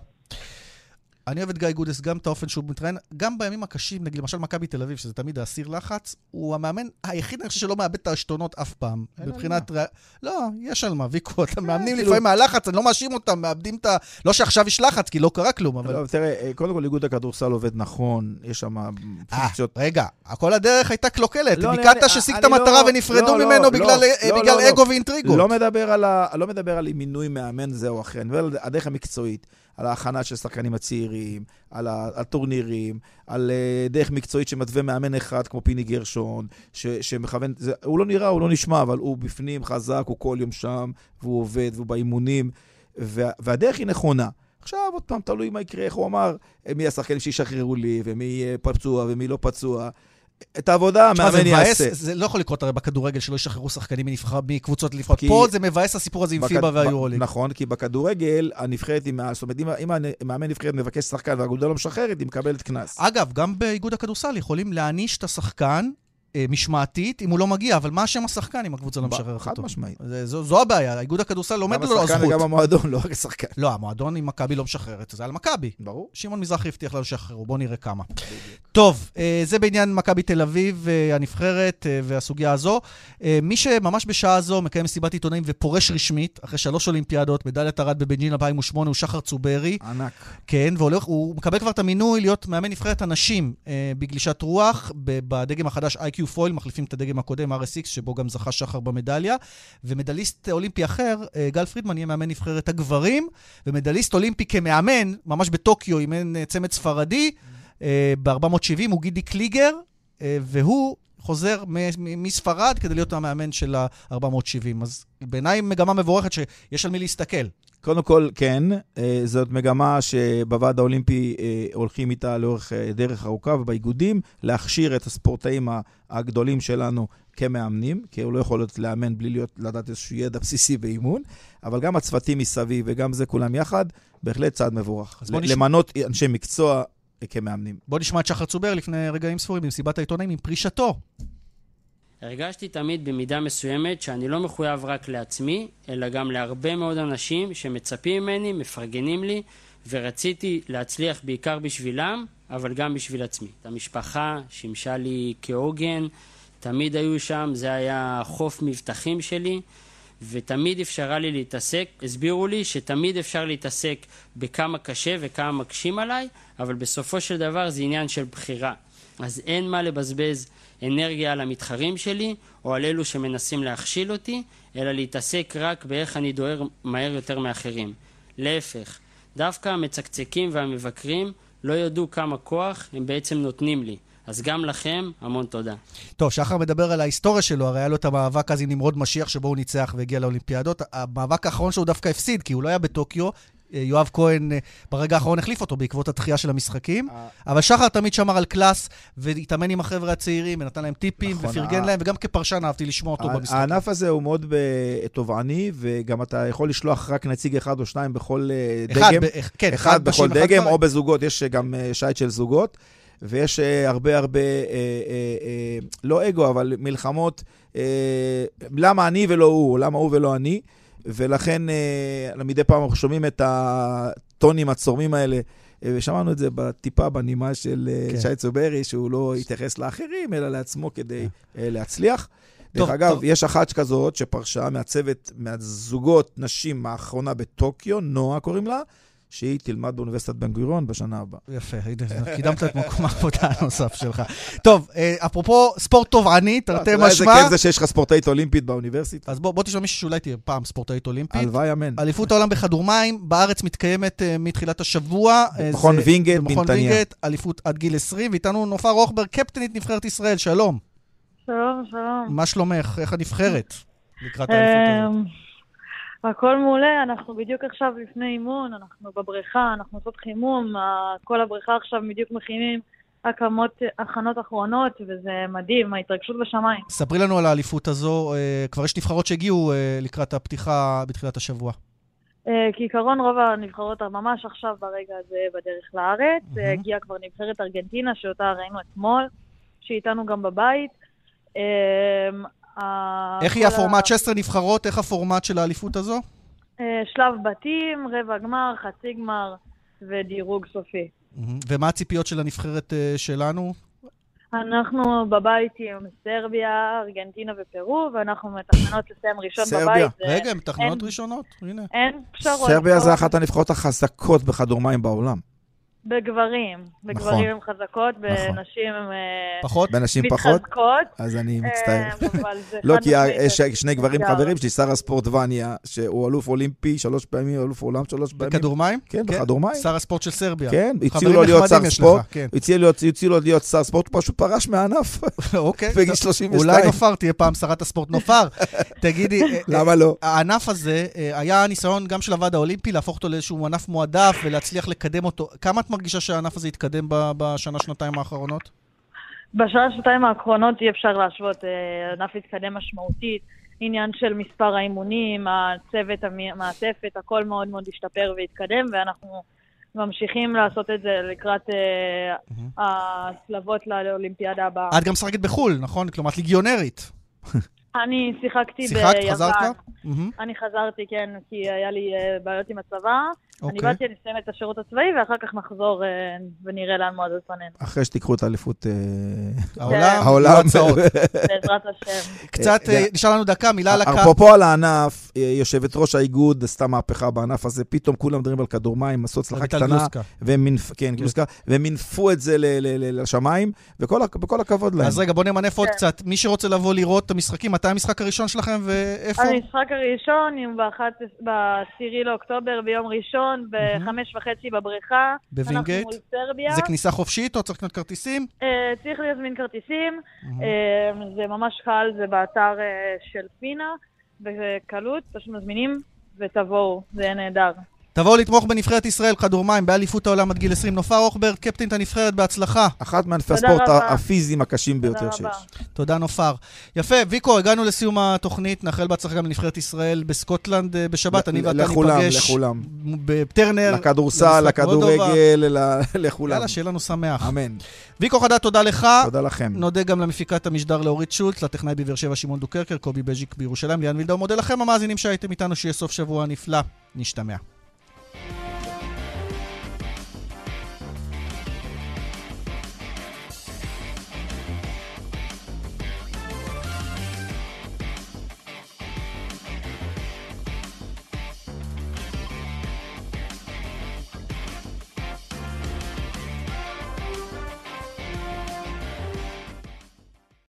אני אוהב את גיא גודס, גם את האופן שהוא מתראיין, גם בימים הקשים, נגיד למשל מכבי תל אביב, שזה תמיד האסיר לחץ, הוא המאמן היחיד, אני חושב שלא מאבד את השתונות אף פעם. מבחינת... לא, יש על מה, ויקו, אתם מאמנים לפעמים מהלחץ, אני לא מאשים אותם, מאבדים את ה... לא שעכשיו יש לחץ, כי לא קרה כלום, אבל... תראה, קודם כל איגוד הכדורסל עובד נכון, יש שם פונקציות... רגע, כל הדרך הייתה קלוקלת, ביקעת ששיג את המטרה ונפרדו ממנו בגלל אגו ואינטריגות. לא מדבר על מינוי מאמן זה או אחר, אני מדבר על הדרך המקצועית. על ההכנה של שחקנים הצעירים, על הטורנירים, על דרך מקצועית שמתווה מאמן אחד כמו פיני גרשון, שמכוון, הוא לא נראה, הוא לא נשמע, אבל הוא בפנים חזק, הוא כל יום שם, והוא עובד, והוא באימונים, והדרך היא נכונה. עכשיו עוד פעם תלוי מה יקרה, איך הוא אמר, מי השחקנים שישחררו לי, ומי פצוע ומי לא פצוע. את העבודה המאמן יעשה. זה לא יכול לקרות הרי בכדורגל שלא ישחררו שחקנים מקבוצות לנבחרות. פה זה מבאס הסיפור הזה עם פיבה והיורוליג. נכון, כי בכדורגל הנבחרת, זאת אומרת, אם המאמן נבחרת מבקש שחקן והאגודה לא משחררת, היא מקבלת כנס. אגב, גם באיגוד הכדורסל יכולים להעניש את השחקן משמעתית אם הוא לא מגיע, אבל מה השם השחקן אם הקבוצה לא משחררת אותו? חד משמעית. זו הבעיה, האיגוד הכדורסל עומד לו הזכות. גם השחקן וגם המועדון, לא רק השחקן. לא, המועדון אם מכבי לא משחררת, זה על מכבי. ברור. שמעון מזרחי הבטיח לנו לשחררו, בואו נראה כמה. טוב, זה בעניין מכבי תל אביב, הנבחרת והסוגיה הזו. מי שממש בשעה הזו מקיים מסיבת עיתונאים ופורש רשמית, אחרי 3 אולימפיאדות, מדליית ארד בבייג'ין 2008, הוא שחר צוברי. ענק. כן, והוא מקבל כבר את המינוי להיות מאמן נבחרת הנשים בגלישת רוח, בדגם החדש IQ פויל, מחליפים את הדגם הקודם, RSX, שבו גם זכה שחר במדליה, ומדליסט אולימפי אחר, גל פרידמן, יהיה מאמן נבחרת הגברים, ומדליסט אולימפי כמאמן, ממש בטוקיו, אימן צמד ספרדי, ב-470 הוא גידי קליגר, והוא חוזר מספרד כדי להיות המאמן של ה-470. אז בעיניי מגמה מבורכת שיש על מי להסתכל. קודם כל, כן, זאת מגמה שבוועד האולימפי הולכים איתה לאורך דרך ארוכה, ובאיגודים להכשיר את הספורטאים הגדולים שלנו כמאמנים, כי הוא לא יכול להיות לאמן בלי לדעת איזשהו ידע בסיסי באימון, אבל גם הצוותים מסביב וגם זה כולם יחד, בהחלט צעד מבורך. למנות אנשי מקצוע כמאמנים. בוא נשמע את שחר צובר לפני רגעים ספורים במסיבת העיתונאים עם פרישתו. הרגשתי תמיד במידה מסוימת שאני לא מחויב רק לעצמי, אלא גם להרבה מאוד אנשים שמצפים ממני, מפרגנים לי, ורציתי להצליח בעיקר בשבילם, אבל גם בשביל עצמי. המשפחה שימשה לי כעוגן, תמיד היו שם, זה היה חוף מבטחים שלי, ותמיד אפשרה לי להתעסק, הסבירו לי שתמיד אפשר להתעסק בכמה קשה וכמה מקשים עליי, אבל בסופו של דבר זה עניין של בחירה. אז אין מה לבזבז אנרגיה על המתחרים שלי, או על אלו שמנסים להכשיל אותי, אלא להתעסק רק באיך אני דוהר מהר יותר מאחרים. להפך, דווקא המצקצקים והמבקרים לא ידעו כמה כוח הם בעצם נותנים לי. אז גם לכם, המון תודה. טוב, שחר מדבר על ההיסטוריה שלו, הרי היה לו את המאבק אז עם נמרוד משיח, שבו הוא ניצח והגיע לאולימפיאדות. המאבק האחרון שהוא דווקא הפסיד, כי הוא לא היה בטוקיו, יואב כהן ברגע האחרון החליף אותו בעקבות התחייה של המשחקים, אבל שחר תמיד שמר על קלאס, והתאמן עם החבר'ה הצעירים, ונתן להם טיפים, ופרגן להם, וגם כפרשן אהבתי לשמוע אותו במשחקים. הענף הזה הוא מאוד תובעני, וגם אתה יכול לשלוח רק נציג אחד או שניים בכל דגם. אחד בכל דגם, או בזוגות, יש גם שייט של זוגות, ויש הרבה, לא אגו, אבל מלחמות, למה אני ולא הוא, למה הוא ולא אני, ולכן מדי פעם אנחנו שומעים את הטונים הצורמים האלה, ושמענו את זה טיפה בנימה של שי צוברי, שהוא לא יתייחס לאחרים, אלא לעצמו כדי להצליח. דרך אגב, יש אחת כזאת שפרשה מהצוות, מהזוגות נשים האחרונה בטוקיו, נועה קוראים לה, שהיא תלמד באוניברסיטת בן גוריון בשנה הבאה. יפה, קידמת את מקום העבודה הנוסף שלך. טוב, אפרופו ספורט תובעני, תרתי משמע. איזה כיף זה שיש לך ספורטאית אולימפית באוניברסיטה. אז בוא תשמע מישהו שאולי תהיה פעם ספורטאית אולימפית. הלוואי אמן. אליפות העולם בכדור מים, בארץ מתקיימת מתחילת השבוע. במכון וינגייט בנתניה. אליפות עד גיל 20, ואיתנו נופר רוחברג, קפטנית נבחרת ישראל, שלום. שלום, שלום. מה שלומך? איך הנבחרת לקראת האליפות הזאת? הכל מעולה, אנחנו בדיוק עכשיו לפני אימון, אנחנו בבריכה, אנחנו עושות חימום, כל הבריכה עכשיו בדיוק מכינים, הכנות אחרונות, וזה מדהים, ההתרגשות בשמיים. ספרי לנו על האליפות הזו, כבר יש נבחרות שהגיעו לקראת הפתיחה בתחילת השבוע. כעיקרון רוב הנבחרות ממש עכשיו ברגע הזה בדרך לארץ, הגיעה כבר נבחרת ארגנטינה שאותה ראינו אתמול, שהיא איתנו גם בבית. איך יהיה הפורמט? 16 נבחרות, איך הפורמט של האליפות הזו? שלב בתים, רבע גמר, חצי גמר ודירוג סופי. ומה הציפיות של הנבחרת שלנו? אנחנו בבית עם סרביה, ארגנטינה ופרו, ואנחנו מתכננות לסיים ראשון בבית. רגע, הם מתכננות ראשונות? הנה. אין פשרות. סרביה זה אחת הנבחרות החזקות בכדור מים בעולם. בגברים הם חזקות, בנשים הם פחות? בנשים פחות? מתחזקות. אז אני מצטער. לא, כי יש שני גברים חברים שלי, שר הספורט וניה, שהוא אלוף אולימפי 3 פעמים, אלוף עולם 3 פעמים. בכדור מים? כן, בכדור מים. שר הספורט של סרביה. כן, הציעו לו להיות שר ספורט. הציעו לו להיות שר ספורט, פשוט פרש מהענף. אוקיי. בגיל 32. אולי נופר תהיה פעם שרת הספורט נופר. תגידי, למה לא? הענף הזה, היה ניסיון גם של הוועד האולימפי להפוך אותו לאיזשהו ענף מועדף ולהצליח לקדם אותו. כמה את מרגישה שהענף הזה יתקדם בשנה-שנתיים האחרונות? בשנה-שנתיים האחרונות אי אפשר להשוות, הענף יתקדם משמעותית, עניין של מספר האימונים, הצוות, המעטפת, הכל מאוד מאוד ישתפר ויתקדם, ואנחנו ממשיכים לעשות את זה לקראת הצלבות לאולימפיאדה הבאה. את גם משחקת בחול, נכון? כלומר, את ליגיונרית. אני שיחקתי ביוון. חזרת כבר? אני חזרתי, כן, כי היה לי בעיות עם הצבא. אני באתי לסיים את השירות הצבאי, ואחר כך נחזור ונראה לאן מועדות פנינו. אחרי שתיקחו את האליפות העולם. בעזרת השם. קצת, נשאר לנו דקה, מילה על הקו. אפרופו על הענף, יושבת ראש האיגוד, עשתה מהפכה בענף הזה, פתאום כולם מדברים על כדור מים, עשו הצלחה קטנה, ומינפו את זה לשמיים, וכל הכבוד להם. אז רגע, בוא נמנף עוד קצת. מי שרוצה לבוא לראות את המשחקים, מתי המשחק הראשון שלכם ואיפה? המשחק הראשון, ב-10 לאוקטובר ביום ראשון, ב-5:30 בבריכה. בווינגייט? זה כניסה חופשית או צריך לקנות כרטיסים? צריך להזמין כרטיסים. זה ממש קל, זה באתר של פינה, בקלות, פשוט מזמינים ותבואו, זה יהיה נהדר. תבואו לתמוך בנבחרת ישראל כדור מים באליפות העולם עד גיל 20. נופר אוכברט, קפטנית הנבחרת, בהצלחה. אחת מענפי הספורט הפיזיים הקשים ביותר שיש. תודה נופר. יפה, ויקו, הגענו לסיום התוכנית, נאחל בהצלחה גם לנבחרת ישראל בסקוטלנד בשבת. אני ואתה ניפגש בטרנר. לכדורסל, לכדורגל, לכולם. יאללה, שיהיה לנו שמח. אמן. ויקו חדד, תודה לך. תודה לכם. נודה גם למפיקת המשדר לאורית שולץ, לטכנאי בבאר שבע שמעון דוקרקר, קובי בז'יק בירושלים, ליאן וילדאו. מודה לכם המאזינים שהייתם איתנו, שיהיה סוף שבוע נפלא. נשתמע.